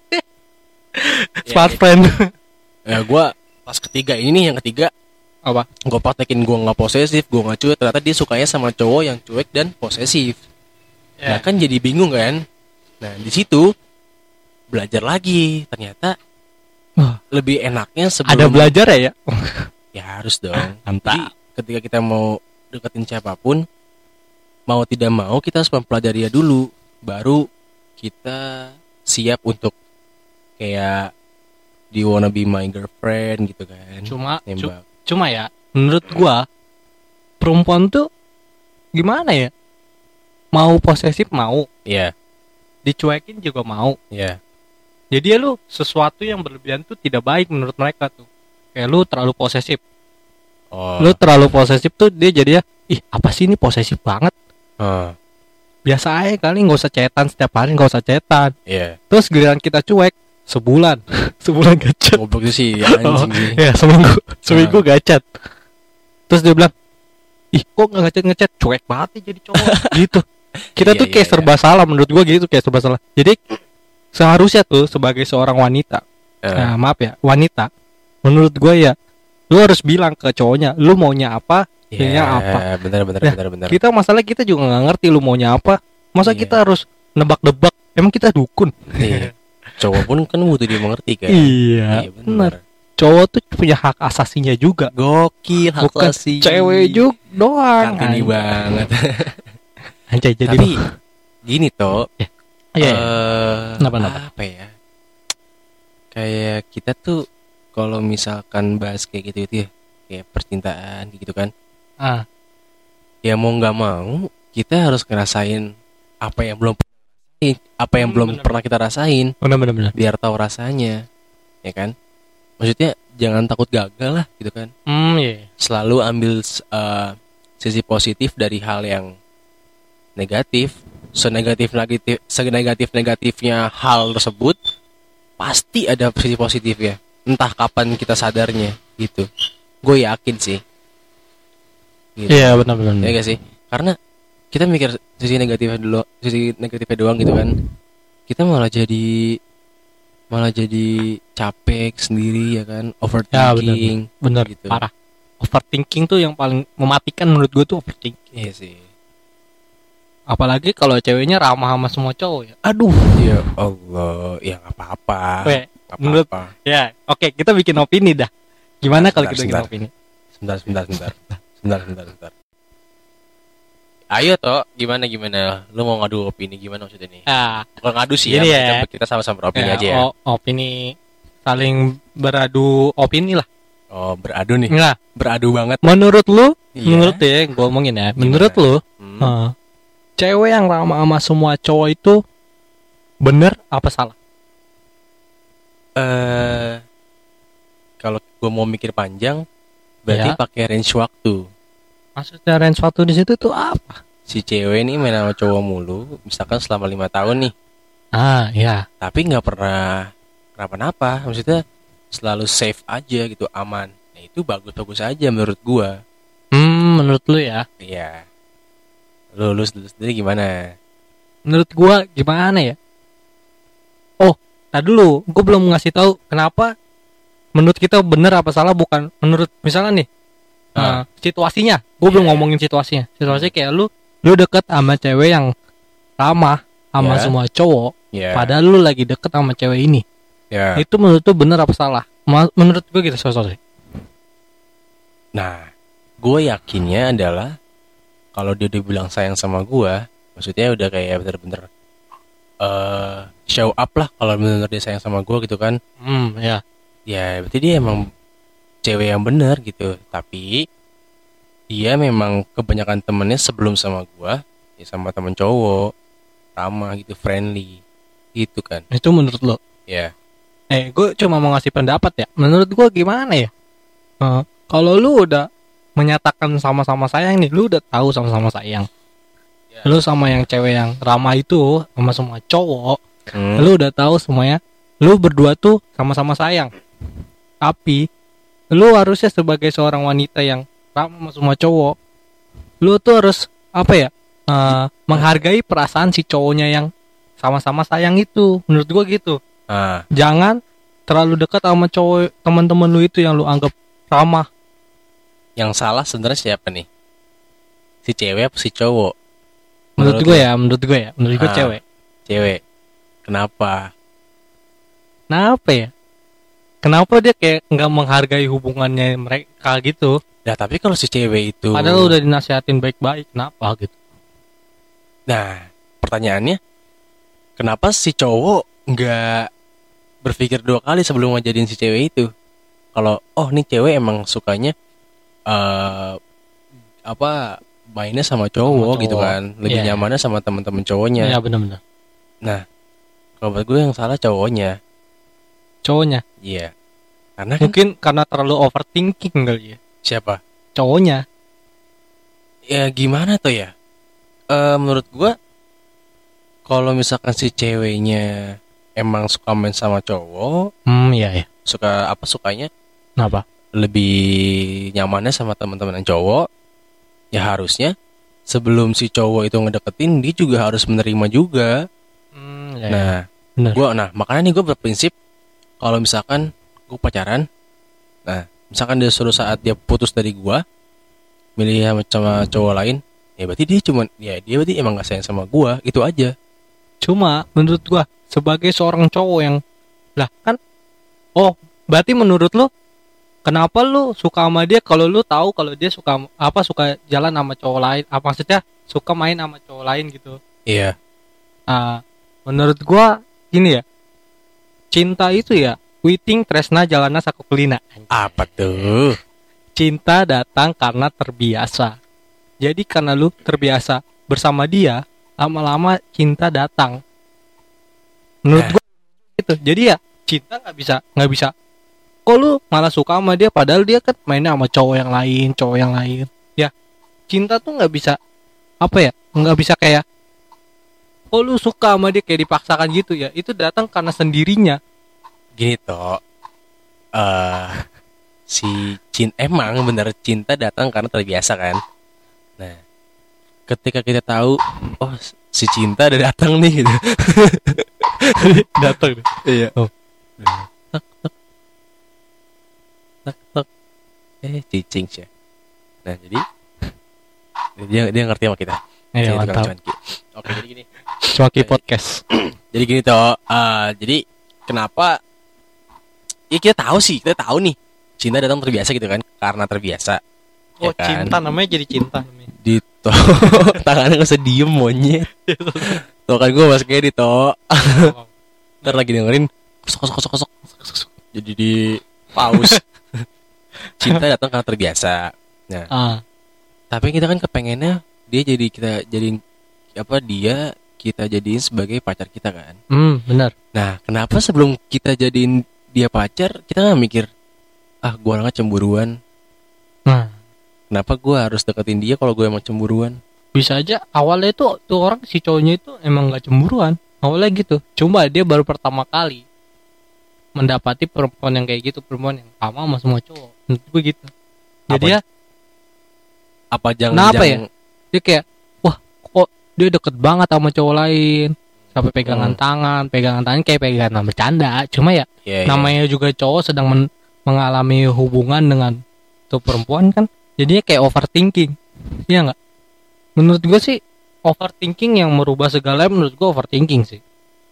Smart Ya, friend. ya gua pas ketiga ini nih yang ketiga Apa? gue praktekin gue nggak posesif, gue nggak cuek, ternyata dia sukanya sama cowok yang cuek dan posesif. Nah Ya. kan jadi bingung kan. Nah di situ belajar lagi, ternyata Wah. lebih enaknya sebelum Ada belajar ya, ya? ya harus dong. Mantap. Jadi ketika kita mau deketin siapapun, mau tidak mau kita harus mempelajari dia dulu, baru kita siap untuk kayak do you wanna be my girlfriend gitu kan. Cuma cu- nembak. cuma ya menurut gua perempuan tuh gimana ya? Mau posesif mau, Iya, dicuekin juga mau. iya. Jadi ya lu sesuatu yang berlebihan tuh tidak baik menurut mereka tuh. Kayak lu terlalu posesif. Oh. Lu terlalu posesif tuh dia jadi ya, ih apa sih ini posesif banget. Oh. Biasa aja kali, nggak usah chatan setiap hari, nggak usah chatan. Iya. Terus giliran kita cuek sebulan, sebulan gak chat. Goblok itu sih ya, anjing sih. Ya seminggu, seminggu gak chat. Terus dia bilang, ih kok nggak ngechat ngechat, cuek banget nih jadi cowok. Gitu. Kita Iya, tuh kayak iya, serba salah menurut gua gitu, kayak serba salah. Jadi seharusnya tuh sebagai seorang wanita, Eh. nah, maaf ya wanita, menurut gua ya, lu harus bilang ke cowoknya, lu maunya apa, Iya, apa. benar benar Nah, benar benar. Kita masalah kita juga nggak ngerti lu maunya apa. Masa Iya. kita harus nebak-nebak? Emang kita dukun? Iya. Cowok pun kan butuh dimengerti kan. Iya, benar. Cowok tuh punya hak asasinya juga. Gokil, hak Bukan asasi. cewek juga doang. Kartini Anjay. banget. Anjay jadi. Tapi gini toh. Iya, iya. eh, Kenapa, kenapa? apa ya? Kayak kita tuh kalau misalkan bahas kayak gitu itu ya, kayak percintaan gitu kan. Ah, Ya mau nggak mau kita harus ngerasain apa yang belum apa yang Hmm, belum bener. pernah kita rasain benar benar benar. biar tahu rasanya, ya kan? Maksudnya jangan takut gagal lah gitu kan. Hmm, iya. Selalu ambil uh, sisi positif dari hal yang negatif. Senegatif negatif senegatif negatifnya hal tersebut pasti ada sisi positifnya. Entah kapan kita sadarnya gitu. Gue yakin sih. Gitu. Iya, benar benar. Ya gak sih? Karena kita mikir sisi negatifnya dulu, sisi negatifnya doang gitu kan. Kita malah jadi malah jadi capek sendiri ya kan, overthinking. Benar, gitu. parah. Overthinking tuh yang paling mematikan menurut gue tuh overthinking. Iya sih. Apalagi kalau ceweknya ramah sama semua cowok ya. Aduh. Ya Allah, ya nggak apa-apa. Weh, Nggak menurut- apa-apa. Ya, oke, kita bikin opini dah. Gimana Sebentar, kalau kita bikin sebentar. opini? Sebentar, sebentar, sebentar. Sebentar, sebentar, sebentar. Ayo toh, gimana gimana? Lu mau ngadu opini gimana maksudnya nih? Ah, Bukan ngadu sih Gini ya, ya. kita sama-sama beropini ya, aja ya. o- opini saling beradu opini lah. Oh, beradu nih. Nah, Beradu banget. menurut lu, Iya. menurut ya, gue ngomongin ya, menurut lu, Hmm. eh, cewek yang ramah sama semua cowok itu bener apa salah? Eh, kalau gue mau mikir panjang, berarti Ya. pakai range waktu. Maksudnya range waktu di situ tuh apa? Si cewek ini main sama cowok mulu, misalkan selama lima tahun nih, Ah, ya. tapi nggak pernah kenapa-napa. Maksudnya selalu safe aja gitu, aman. Nah itu bagus-bagus aja menurut gua. Hmm, menurut lu ya? Iya. Lu, lu sendiri gimana? Menurut gua gimana ya? Oh, tadi dulu, gua belum ngasih tahu kenapa menurut kita bener apa salah, bukan menurut misalnya nih Ah. eh, situasinya. Gua belum Iya. ngomongin situasinya. Situasinya kayak lu lu deket sama cewek yang ramah sama Ya. semua cowok, Ya. padahal lu lagi deket sama cewek ini. Ya. Itu menurut lu bener apa salah? Ma- menurut gua gitu, sorry, sorry. Nah, gue yakinnya adalah kalau dia udah bilang sayang sama gua, maksudnya udah kayak bener-bener eh show up lah kalau bener-bener dia sayang sama gua gitu kan. Hmm, ya. Ya berarti dia emang cewek yang bener gitu. Tapi dia memang kebanyakan temennya sebelum sama gua ya sama temen cowok, ramah gitu, friendly gitu kan. Itu menurut lu. Ya. Eh, gue cuma mau ngasih pendapat ya. Menurut gue gimana ya? Eh, kalau lu udah menyatakan sama-sama sayang nih, lu udah tahu sama-sama sayang. Ya. Lu sama yang cewek yang ramah itu sama semua cowok, Hmm. lu udah tahu semuanya. Lu berdua tuh sama-sama sayang. Tapi lu harusnya sebagai seorang wanita yang ramah sama semua cowok, lu tuh harus apa ya? Eh, menghargai perasaan si cowoknya yang sama-sama sayang itu. Menurut gua gitu. Ah, Jangan terlalu dekat sama cowok teman-teman lu itu yang lu anggap ramah. yang salah sebenarnya siapa nih? Si cewek apa si cowok? Menurut, Menurut gue lu? ya, menurut gue ya, menurut gue Ah. cewek. Cewek. Kenapa? Kenapa ya? Kenapa dia kayak nggak menghargai hubungannya mereka gitu? Nah, tapi kalau si cewek itu Padahal udah dinasihatin baik-baik, kenapa gitu? Nah, pertanyaannya kenapa si cowok nggak berpikir dua kali sebelum ngejadiin si cewek itu? Kalau oh nih cewek emang sukanya eh apa mainnya sama cowok, Sama gitu cowok. kan, lebih Iya. nyamannya sama teman-teman cowoknya. Ya benar-benar. Nah, kalau buat gue yang salah cowoknya. Cowoknya. Iya. Karena kan Mungkin karena terlalu overthinking kali ya. siapa? Cowoknya. Ya gimana tuh ya? Eh menurut gua kalau misalkan si ceweknya emang suka main sama cowok, Hmm, iya ya. suka apa sukanya Kenapa? lebih nyamannya sama teman-teman yang cowok, ya harusnya sebelum si cowok itu ngedeketin dia juga harus menerima juga. Hmm, ya, ya. Nah, Bener. gua nah makanya nih gue berprinsip kalau misalkan gue pacaran, nah misalkan dia suatu saat dia putus dari gua, milih sama, sama cowok lain, ya berarti dia cuman ya dia berarti emang gak sayang sama gua, itu aja. Cuma menurut gua sebagai seorang cowok yang lah kan, oh berarti menurut lu kenapa lu suka sama dia kalau lu tahu kalau dia suka apa suka jalan sama cowok lain? Apa maksudnya suka main sama cowok lain gitu? Iya. Ah, menurut gua gini ya, cinta itu ya witing tresna jalana sakuklina. Apa tuh? Cinta datang karena terbiasa. Jadi karena lu terbiasa bersama dia, lama-lama cinta datang. Menurut Nah. gua gitu. Jadi ya cinta nggak bisa nggak bisa. Kok lu malah suka sama dia padahal dia kan mainnya sama cowok yang lain, cowok yang lain. Ya cinta tuh nggak bisa apa ya? Nggak bisa kayak kok lu suka sama dia kayak dipaksakan gitu ya. Itu datang karena sendirinya. Gini toh. Eh si cinta emang bener cinta datang karena terbiasa kan. Nah, ketika kita tahu oh si cinta udah datang nih gitu. Datang. Iya. Oh. Tak tak tak tak. Eh cicing sih. Nah, jadi dia dia ngerti sama kita. Iya, Jadi tukang mantap. cuanki. Oke, jadi gini. Cuanki podcast. Jadi gini toh. eh, jadi kenapa ya kita tahu sih, kita tahu nih cinta datang terbiasa gitu kan, karena terbiasa. Oh, ya kan? cinta namanya jadi cinta namanya. Dito tangannya nggak usah diem monyet. Tuh kan gue masuk kayak Dito. Ntar lagi dengerin kosok kosok kosok kosok. Jadi di pause. Cinta datang karena terbiasa. Nah, Ah, tapi kita kan kepengennya dia jadi kita jadiin apa dia kita jadiin sebagai pacar kita kan. hmm, benar. Nah, kenapa sebelum kita jadiin dia pacar kita nggak mikir ah gue orangnya cemburuan. Nah, Kenapa gue harus deketin dia kalau gue emang cemburuan? bisa aja awalnya itu tuh orang si cowoknya itu emang nggak cemburuan. Awalnya gitu. Cuma dia baru pertama kali mendapati perempuan yang kayak gitu, perempuan yang sama sama semua cowok. Menurut gue gitu. Jadi Apa? ya Apa jangan Kenapa ya? dia kayak wah kok dia deket banget sama cowok lain. Sampai pegangan Hmm. tangan, pegangan tangan kayak pegangan bercanda. Cuma ya Ya, namanya juga cowok sedang men- mengalami hubungan dengan tuh perempuan kan, jadinya kayak overthinking. Iya nggak? Menurut gue sih overthinking yang merubah segala, menurut gue overthinking sih.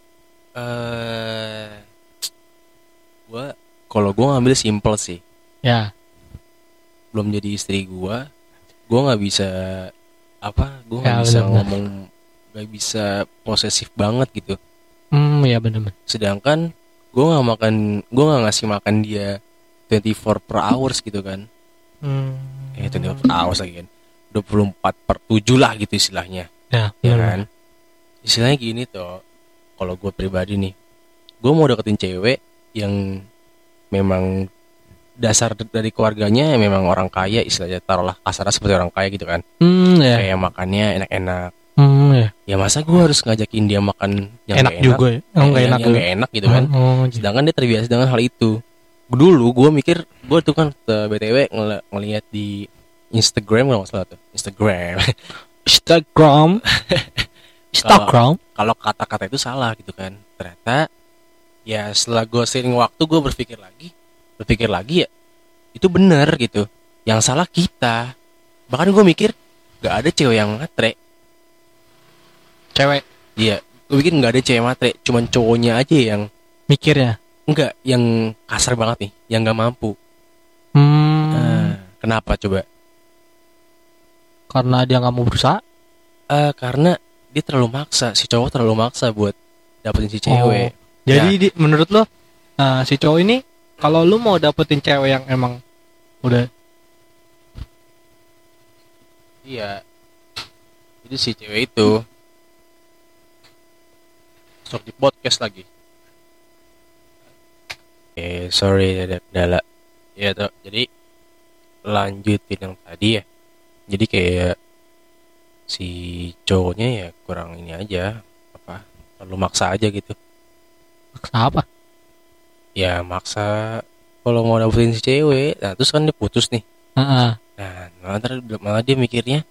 eh gua kalau gua ngambil simple sih. Ya, Belum jadi istri gua, gua nggak bisa apa? Gua nggak Ya, bisa benar-benar. ngomong, nggak bisa posesif banget gitu. hmm, ya benar-benar. Sedangkan gua nggak makan, gua nggak ngasih makan dia dua puluh empat per hours gitu kan. Hmm. Eh dua puluh empat per hours lagi kan. dua puluh empat per tujuh lah gitu istilahnya. Ya, Ya benar. kan? Istilahnya gini toh. Kalau gue pribadi nih, gue mau deketin cewek yang memang dasar dari keluarganya memang orang kaya, istilahnya taruhlah kasarnya seperti orang kaya gitu kan. Hmm, ya. Kayak makannya enak-enak. Hmm, ya. Ya masa gue harus ngajakin dia makan yang Enak gak juga ya. Oh, nggak yang, enak yang juga. gak enak gitu kan. Oh, gitu. Sedangkan dia terbiasa dengan hal itu. Dulu gue mikir, gue tuh kan eh, B T W ngel- ngeliat di Instagram kalau nggak salah tuh, Instagram. Instagram. Instagram. Kalau kata-kata itu salah gitu kan. Ternyata ya setelah gue sering waktu gue berpikir lagi, berpikir lagi ya itu benar gitu. Yang salah kita. Bahkan gue mikir gak ada cewek yang matre. Cewek Iya, gue pikir gak ada cewek matre, cuman cowoknya aja yang mikirnya. enggak, yang kasar banget nih, yang gak mampu. Hmm, Nah, kenapa coba? karena dia nggak mau berusaha. Eh karena dia terlalu maksa, si cowok terlalu maksa buat dapetin si cewek. Jadi Ya. di- menurut lo nah, si cowok ini kalau lu mau dapetin cewek yang emang udah Iya. Jadi si cewek itu sok di podcast lagi. Eh sorry ada kendala. Ya toh. Jadi lanjutin yang tadi ya. Jadi kayak si cowoknya ya kurang ini aja, apa? Terlalu maksa aja gitu. Maksa apa? Ya maksa kalau mau dapetin si cewek. Nah terus kan dia putus nih. Heeh. Nah malah, ntar- malah dia mikirnya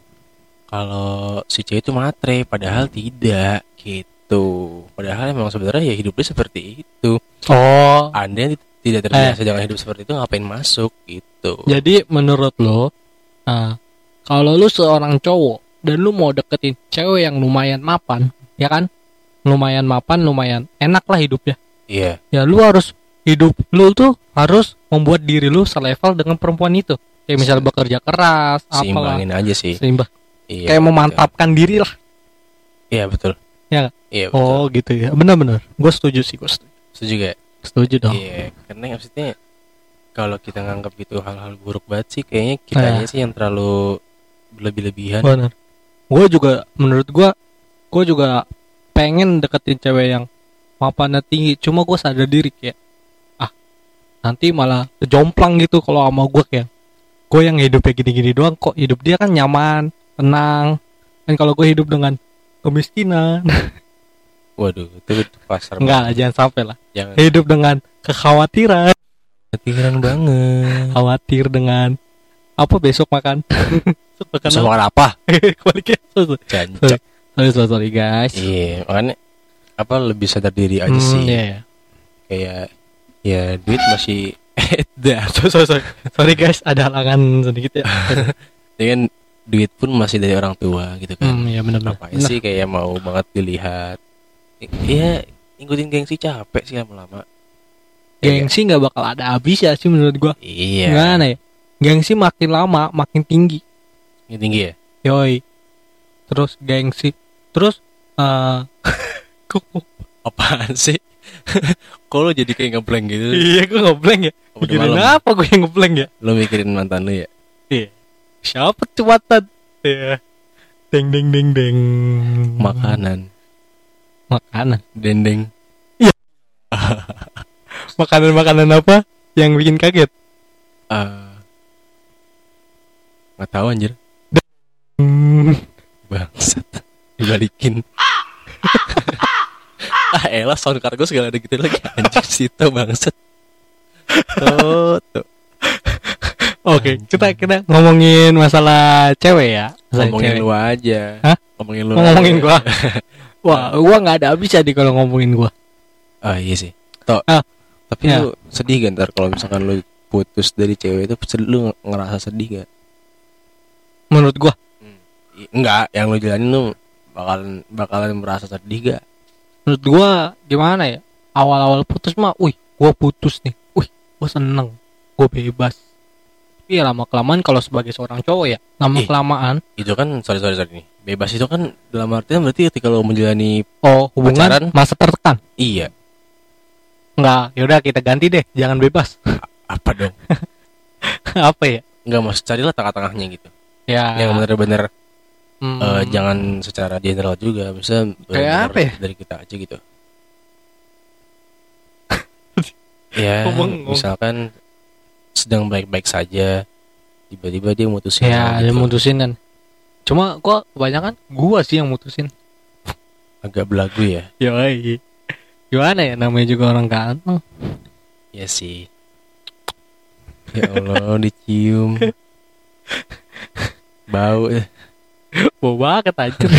kalau si cewek itu matre, padahal tidak gitu. Padahal emang sebenarnya ya hidupnya seperti itu. Oh, Anda yang tidak terbiasa dengan hidup seperti itu ngapain masuk gitu. jadi menurut lo, nah, kalau lu seorang cowok dan lu mau deketin cewek yang lumayan mapan, ya kan? Lumayan mapan, lumayan enak lah hidupnya. Iya. Ya lu harus hidup lu tuh harus membuat diri lu selevel dengan perempuan itu. Kayak misalnya bekerja keras, apalah. Seimbangin aja sih. Seimbang. Iya, Kayak memantapkan diri lah. Iya betul. Ya nggak? Iya betul. Oh gitu ya. Benar-benar. Gue setuju sih, gue setuju. Setuju gak? Setuju dong. Iya, karena maksudnya kalau kita nganggap itu hal-hal buruk banget sih, kayaknya kitanya Iya. sih yang terlalu berlebih-lebihan. Benar. Gue juga menurut gue, gue juga pengen deketin cewek yang mapannya tinggi. Cuma gue sadar diri kayak, ah nanti malah kejomplang gitu kalau sama gue kayak, gue yang hidupnya gini-gini doang kok hidup dia kan nyaman, tenang. Dan kalau gue hidup dengan kemiskinan, Waduh, itu, itu pasar. enggak lah, jangan sampai lah. Jangan Hidup dengan kekhawatiran, kepikiran banget. khawatir dengan apa besok makan. Besok makan Bisa apa? makan apa? Kebaliknya. Sorry, Jancok. sorry, sorry, sorry guys. Iya, makanya apa lebih sadar diri aja Hmm, sih. iya, iya. Kayak ya duit masih edan. sorry, sorry, sorry. Sorry guys, ada halangan sedikit ya. Ya kan duit pun masih dari orang tua gitu kan. Hmm, ya benar-benar. Ngapain sih kayak mau banget dilihat. I- Iya, ngikutin gengsi capek sih lama-lama. Gengsi nggak bakal ada habis ya sih menurut gua. Iya. Gimana ya? Gengsi makin lama makin tinggi. Ini tinggi ya? Yoi. Terus gengsi. Terus eh kok Apaan sih? Kok lo jadi kayak ngeblank gitu? iya gua ngeblank ya. Udah Mikirin malam. apa gua yang ngeblank ya? Lo mikirin mantan lo ya? Iya. Siapa tuh mantan? Iya. Deng deng deng deng. Makanan. Makanan. Dendeng. Makanan-makanan apa yang bikin kaget? Ah. Nggak tahu anjir. Hmm. Bangsat. Dibalikin. Ah elah sound card gue segala ada gitu lagi. Anjir situ bangsat. Tuh, tuh. Oke, kita kita ngomongin masalah cewek ya. Masalah Ngomongin cewek. lu aja. Hah? Ngomongin lu. Ngomongin aja. gua. Wah, gua nggak ada habis ya di kalau ngomongin gua. Ah iya sih. Toh. Ah, Tapi ya. lu sedih kan ntar kalau misalkan lu putus dari cewek itu sed- lu ngerasa sedih gak? Menurut gua, I- Enggak, yang lu jalanin lu bakalan bakalan merasa sedih gak? menurut gua gimana ya? Awal-awal putus mah, wih, gua putus nih. Wih, gua seneng. Gua bebas. Tapi ya lama kelamaan kalau sebagai seorang cowok ya, lama Ih. kelamaan Itu kan sorry sorry sorry nih. Bebas itu kan dalam artian berarti ketika lu menjalani oh, hubungan Pacaran? masa tertekan. iya Enggak, yaudah kita ganti deh, jangan bebas. apa dong? Apa ya? Enggak maksud carilah tengah-tengahnya gitu. Ya, Yang benar-benar hmm, eh, jangan secara general juga, misalnya Kayak benar-benar apa ya? dari kita aja gitu. Ya, Ngomong- misalkan sedang baik-baik saja, tiba-tiba dia mutusin. ya, dia gitu. mutusin kan. Cuma gua kebanyakan gua sih yang mutusin. Agak belagu ya. Yoi. Gimana ya, namanya juga orang ganteng. Ya sih. Ya Allah, dicium. Bau. Bau banget anjir.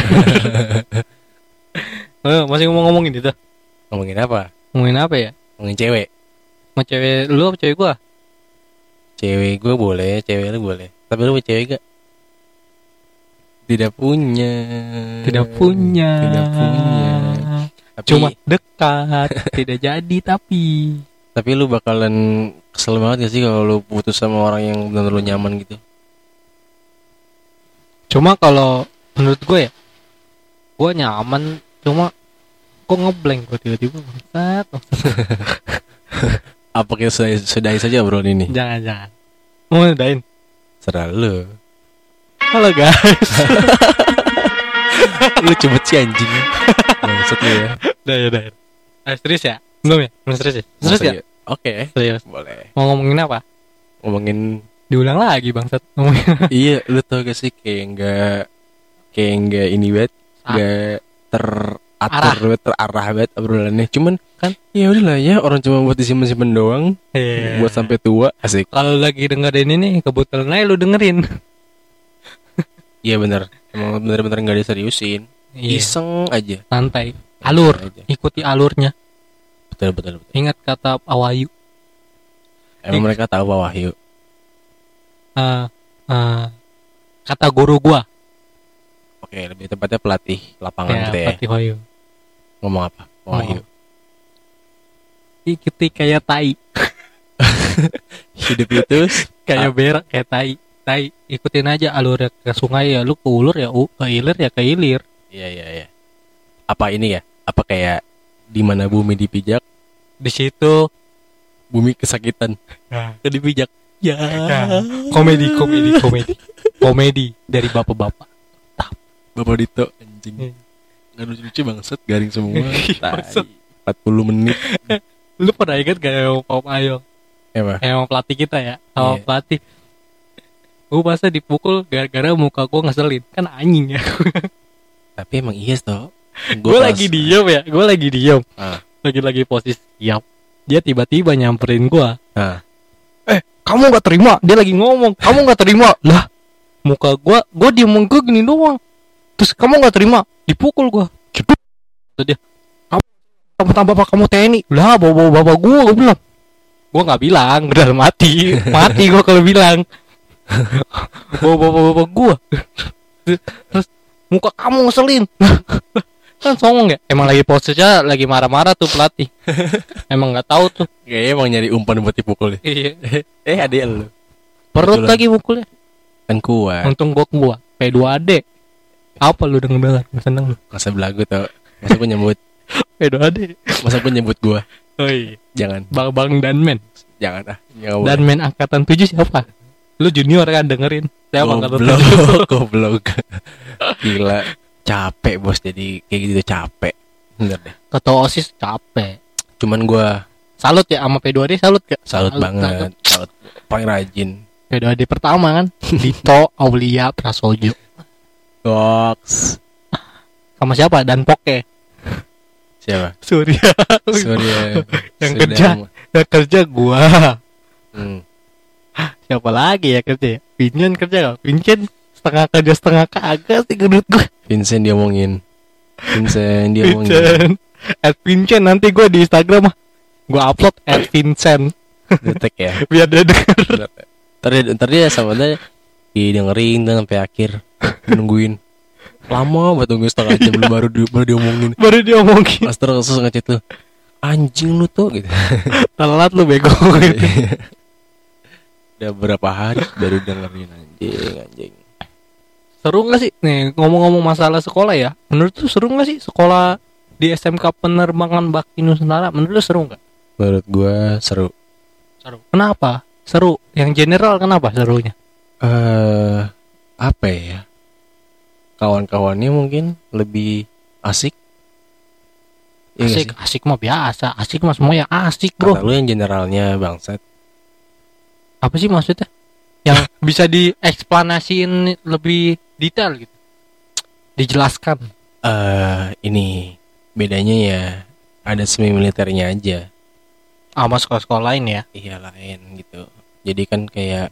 Eh, masih ngomong-ngomongin itu. Ngomongin apa? Ngomongin apa ya? Ngomongin cewek. Mau cewek lu apa cewek gua? Cewek gue boleh, cewek lu boleh. Tapi lu punya cewek gak? Tidak punya. Tidak punya. Tidak punya. Tapi, Cuma dekat, tidak jadi tapi. tapi lu bakalan kesel banget gak sih kalau lu putus sama orang yang benar-benar lu nyaman gitu? Cuma kalau menurut gue ya, gue nyaman. Cuma kok ngeblank gue tiba-tiba. Bangsat. Apa kita sudahi, sudahi saja bro ini? Jangan jangan. Mau ngedain. Serah lu. Halo guys. Lu cepet sih anjing. Maksud lu ya. Udah ya udah. Eh, serius ya? Belum ya? Belum serius ya? Serius Masa ya? iya? Oke, Serius. boleh. Mau ngomongin apa? Ngomongin Diulang lagi bangsat. Ngomongin. iya, lu tau gak sih kayak enggak kayak enggak ini banget, Ah. enggak teratur banget, terarah banget obrolannya. Cuman kan ya udahlah ya, orang cuma buat disimpan-simpan doang, Iya. buat sampai tua, asik. Kalau lagi dengerin ini kebetulan aja lu dengerin. Iya benar. Emang bener-bener enggak diseriusin. Iya. Iseng aja. Santai. Alur. Aja. Ikuti alurnya. Betul betul betul. Ingat kata Pak Wahyu. Emang Ik- mereka tahu Pak Wahyu. Eh, eh, kata guru gua. Oke, lebih tepatnya pelatih lapangan Ya, gitu ya. Pak Wahyu. Ngomong apa? Pak Wahyu. Ikuti kayak tai. Hidup itu Kayak berak kayak tai. Tai. Ikutin aja alurnya ke sungai ya. Lu ke ulur ya u, ke ilir ya ke ilir. iya iya iya. Apa ini ya? Apa kayak di mana bumi dipijak, Di situ bumi kesakitan. Ke dipijak. Ya. komedi komedi komedi komedi dari bapak-bapak. Bapak Dito anjing. Hmm. Enggak lucu-lucu bangsat, garing semua. Bangsat. Tai. empat puluh menit. Lu pernah ingat gak yang Pak Ayo? Apa? Emang pelatih kita ya, sama Iya. pelatih. Gue masa dipukul gara-gara muka gue ngeselin, kan anjing ya. Tapi emang iya toh. Gue lagi diem ya, gue lagi diem, Ah. lagi-lagi posisi siap. Dia tiba-tiba nyamperin gue. Ah. Eh, kamu nggak terima? Dia lagi ngomong, kamu nggak terima? Lah, muka gue, gue diem gue gini doang. Terus kamu nggak terima? Dipukul gue. Gitu. Terus dia, kamu tambah bapak kamu T N I. Lah, bawa-bawa bapak gue, gue bilang. Gue nggak bilang, udah mati, mati gue kalau bilang. Bawa-bawa bapak gue. Terus muka kamu ngeselin. Kan songong ya. Emang lagi posisinya lagi marah-marah tuh pelatih. Emang nggak tahu tuh. Kayaknya emang nyari umpan buat dipukul ya. Iya. Eh adek lu. Perut Betulan. lagi mukulnya. Kan kuat. Untung gua gua P dua A D. Apa lu denger dengar? Seneng lu. Masa belagu tau. Masa gua nyebut. P dua A D. Masa gua nyebut gua. Oh iya. Jangan. Bang Bang Danman. Jangan ah. Jangan boleh. Danman angkatan tujuh siapa? Lu junior kan dengerin. Siapa angkatan tujuh? Goblok, goblok. Gila. Capek bos, jadi kayak gitu capek. Bener deh. Ketua OSIS capek. Cuman gua Salut ya sama P dua A D, salut gak? salut banget. Salut. Paling rajin. P dua A D pertama kan. Dito Aulia Prasojo. Goks. Sama siapa? Dan Poke. Siapa? Surya. Surya. Yang Surya kerja. Dharma. Yang kerja gua. Hmm. Siapa lagi ya kerja ya? Vincent kerja gak? Vincent setengah kerja setengah kagak sih menurut gue. Vincent dia omongin. Vincent dia omongin. Vincent at Vincent nanti gue di Instagram mah gue upload at Vincent Detek ya. biar dia denger. Ntar dia, ntar dia sama dia didengerin dan sampai akhir nungguin lama banget tunggu setengah jam belum baru di, baru diomongin. Baru dia omongin Pas terus ngechat tuh anjing lu tuh gitu. telat lu bego gitu. Udah berapa hari baru dengerin anjing anjing. Seru gak sih nih ngomong-ngomong masalah sekolah ya? Menurut lu seru gak sih sekolah di S M K Penerbangan Bakti Nusantara? Menurut lu seru gak? Menurut gua seru. Seru. Kenapa? Seru. Yang general kenapa serunya? Eh apa ya? Kawan-kawannya mungkin lebih asik. Iya nggak Asik, sih? asik mah biasa. Asik mah semua yang asik bro. Kata lu yang generalnya bangsat. Apa sih maksudnya? Yang bisa dieksplanasiin lebih detail gitu. Dijelaskan. Eh ini bedanya ya ada semi militernya aja. Sama sekolah-sekolah lain ya. Iya lain gitu. Jadi kan kayak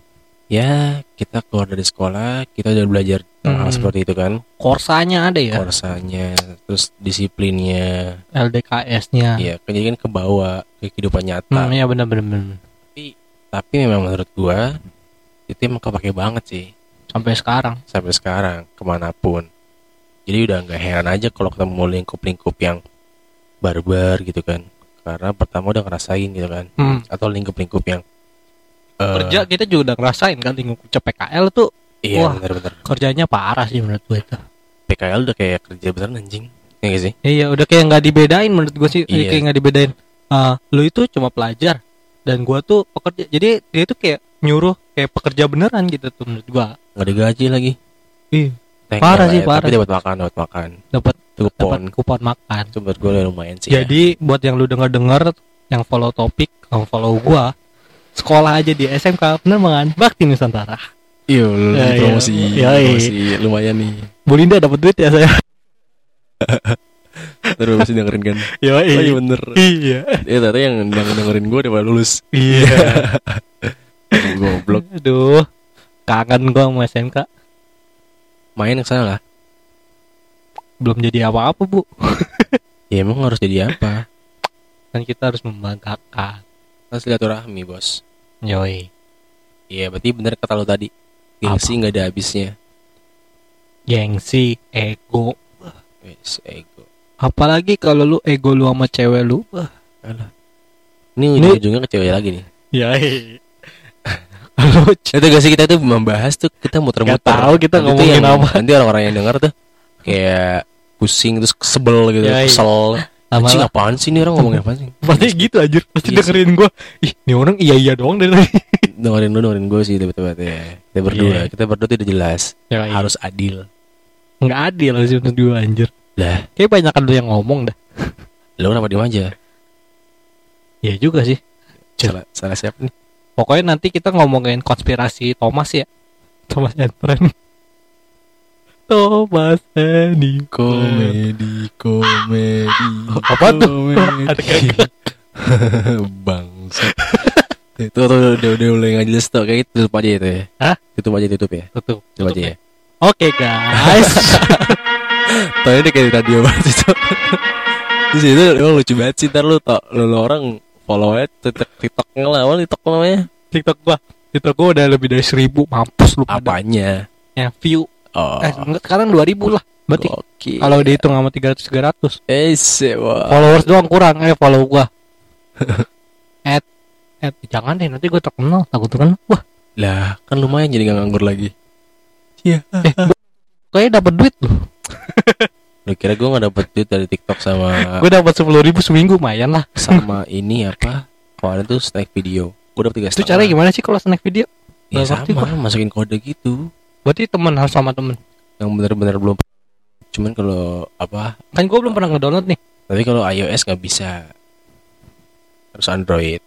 ya kita keluar dari sekolah kita udah belajar tentang hal Hmm. seperti itu kan. Korsanya ada ya. Korsanya, terus disiplinnya, L D K S-nya. ya jadi kan kebawa ke kehidupan nyata. Hmm, iya benar-benar. Tapi memang menurut gua itu emang kepake banget sih Sampai sekarang. sampai sekarang kemanapun. Jadi udah nggak heran aja kalau ketemu lingkup-lingkup yang barbar gitu kan. Karena pertama udah ngerasain gitu kan. Hmm. Atau lingkup-lingkup yang eh, Kerja kita juga udah ngerasain kan lingkup kerja P K L tuh. Iya Wah. bener-bener. Kerjanya parah sih menurut gue itu. P K L udah kayak kerja beneran anjing. Iya gak sih? Iya udah kayak nggak dibedain menurut gue sih. Iya. Kayak nggak dibedain. Ah, lu itu cuma pelajar dan gua tuh pekerja. Jadi dia tuh kayak nyuruh kayak pekerja beneran gitu tuh menurut gua. Nggak digaji lagi. Ih, Eh, Parah enggak sih, lah ya, parah. Tapi dapat makan, dapat makan. dapat Itu dapat kupon. kupon makan. Itu menurut gue udah lumayan sih. Ya. Jadi buat yang lu denger-denger yang follow topik, yang follow gua sekolah aja di S M K Penerbangan Bakti Nusantara. Iya, lu Ya, lagi promosi, iya. Iya, promosi lumayan nih. Bu Linda dapat duit ya saya. Terus masih dengerin kan? Yo, Oh iya bener. Iya. Ya ternyata yang yang dengerin gue udah pada lulus. Iya. Goblok. Aduh. Kangen gua sama S M K. Main ke sana lah. Belum jadi apa-apa, Bu. Ya emang harus jadi apa? Kan kita harus membanggakan. Harus silaturahmi, Bos. Yoi. Iya, berarti bener kata lo tadi. Gengsi nggak ada habisnya. Gengsi, ego. Wes, ego. Apalagi kalau lu ego lu sama cewek lu. Wah. Alah. Ini ujung-ujungnya ke cewek lagi nih. Yoi. Lu Itu gak sih kita tuh membahas tuh kita muter-muter. Gak tahu kita Nanti tuh ngomongin yang- apa. Nanti orang-orang yang denger tuh kayak pusing terus sebel gitu, Ya, iya. kesel. Lama Anjing lah. apaan sih ini orang ngomongin apa sih? Pasti gitu aja. Pasti Iya dengerin gua. Ih, ini orang iya-iya doang dari tadi. Dengerin lu, dengerin gue sih betul ya. Kita berdua, Iya. kita berdua tidak jelas. Ya, iya. Harus adil. Nggak adil sih menurut gua anjir. Lah, Kayak banyak lu yang ngomong dah. lu kenapa diem aja? Iya juga sih. Salah, salah siapa nih? Pokoknya nanti kita ngomongin konspirasi Thomas ya. Thomas and Friends. Thomas and Friends. Komedi, komedi. Apa tuh? Ada kagak? Bangsa. Itu tuh udah udah mulai nggak jelas tuh kayak gitu, tutup aja itu ya. Hah? Tutup aja tutup ya. Tutup. Tutup aja ya. Oke guys. Tanya deh kayak radio banget itu. Terus itu emang lucu banget sih. Ntar lu tau, lu, lu orang follow aja TikTok TikToknya lah, apa TikTok namanya? TikTok gua. TikTok gua udah lebih dari seribu. Mampus lu pada. Apanya? Yang view. Oh, Eh, enggak, sekarang dua ribu lah. Berarti oke. kalau dihitung sama tiga ratus tiga ratus. Eh, sewa. Followers doang kurang. Eh, follow gua. At at jangan deh nanti gua terkenal. Takut terkenal. Wah, Lah, kan lumayan jadi gak nganggur lagi. Iya. kayaknya dapat duit loh. Lu kira gue gak dapet duit dari TikTok sama Gua dapat sepuluh ribu seminggu, lumayan lah. sama ini apa? Kemarin tuh snack video. Gue dapet tiga Itu setengah. caranya gimana sih kalau snack video? Ya Nggak ngerti sama, masukin kode gitu. Berarti temen harus sama temen. Yang bener-bener belum. Cuman kalau apa? Kan gua belum pernah ngedownload nih. Tapi kalau iOS gak bisa. Harus Android.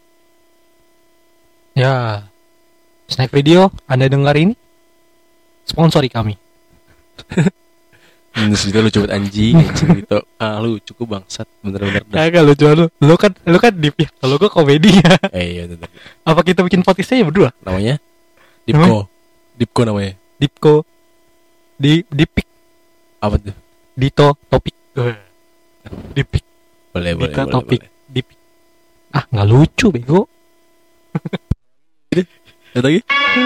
Ya. Snack video, Anda dengar ini? Sponsori kami. Terus itu lu coba anjing, anjing gitu. Ah lu cukup bangsat, bener-bener dah. Kagak lucu lu. Lu kan lu kan deep ya. Kalau gua komedi ya. Eh iya bener. Apa kita bikin podcast aja berdua? Namanya Dipko. Dipko namanya. Dipko di Dipik Apa tuh? Dito Topik. Dipik Boleh boleh Dito boleh. Topik boleh. Dipik. Ah, nggak lucu bego. Ada lagi?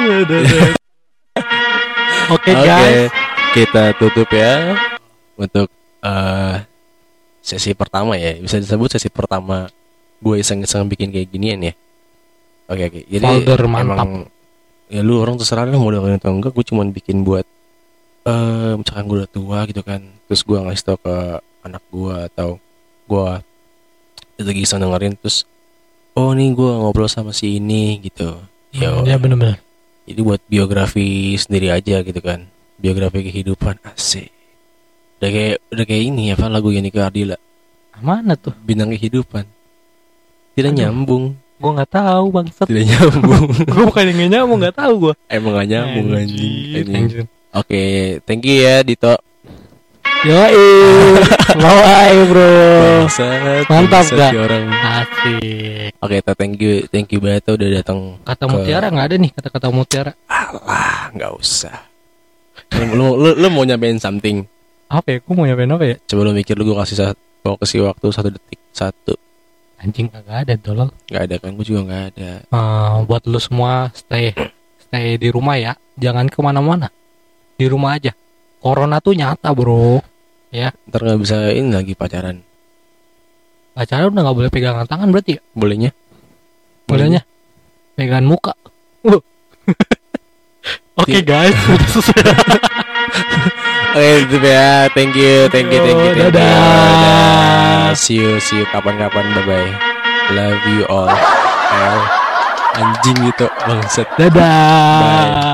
Oke Oke, guys. kita tutup ya untuk eh, sesi pertama ya. Bisa disebut sesi pertama gue iseng-iseng bikin kayak ginian ya. Oke oke. Jadi Folder mantap. emang ya lu orang terserah lah mau dengerin atau enggak. Gue cuman bikin buat eh misalkan gue udah tua gitu kan. Terus gue ngasih tau ke anak gue atau gue itu lagi iseng dengerin terus oh nih gue ngobrol sama si ini gitu. Yo. Ya benar-benar. Jadi buat biografi sendiri aja gitu kan. Biografi kehidupan asik. Udah kayak udah kayak ini apa lagu Yanni Ardila. Mana tuh? Bintang kehidupan. Tidak Aduh. nyambung. Gua nggak tahu bangsat. Tidak nyambung. Gua bukan yang nggak nyambung, nggak tahu gua. Emang gak nyambung anjing. Anjir, Anjing. anjir. Oke, thank you ya Dito. Yoi. Mau ayo bro. Bangsat, Mantap, bangsat gak? si orang. Asik. Oke, ta- thank you, thank you banget udah datang. Kata Ke- mutiara nggak ada nih kata-kata mutiara. Alah, nggak usah. Lu, lu, lu, lu mau nyampein something? Apa ya? Gua mau nyampein apa ya? Coba lu mikir lu gue kasih satu, mau kasih waktu satu detik satu. Anjing kagak ada tolong. Nggak ada kan? Gue juga nggak ada. Eh, buat lu semua stay stay di rumah ya, jangan kemana-mana, di rumah aja. Corona tuh nyata bro, ya. Ntar nggak bisa ini lagi pacaran. Pacaran udah nggak boleh pegangan tangan berarti ya? Bolehnya? Bolehnya pegangan muka. Uh. Oke guys, udah selesai. Oke, itu ya. Thank you, thank you, thank you, thank you. Dadah. Dadah. See you, see you kapan-kapan. Bye bye. Love you all. L. Anjing gitu, bangsat. Dadah. Bye.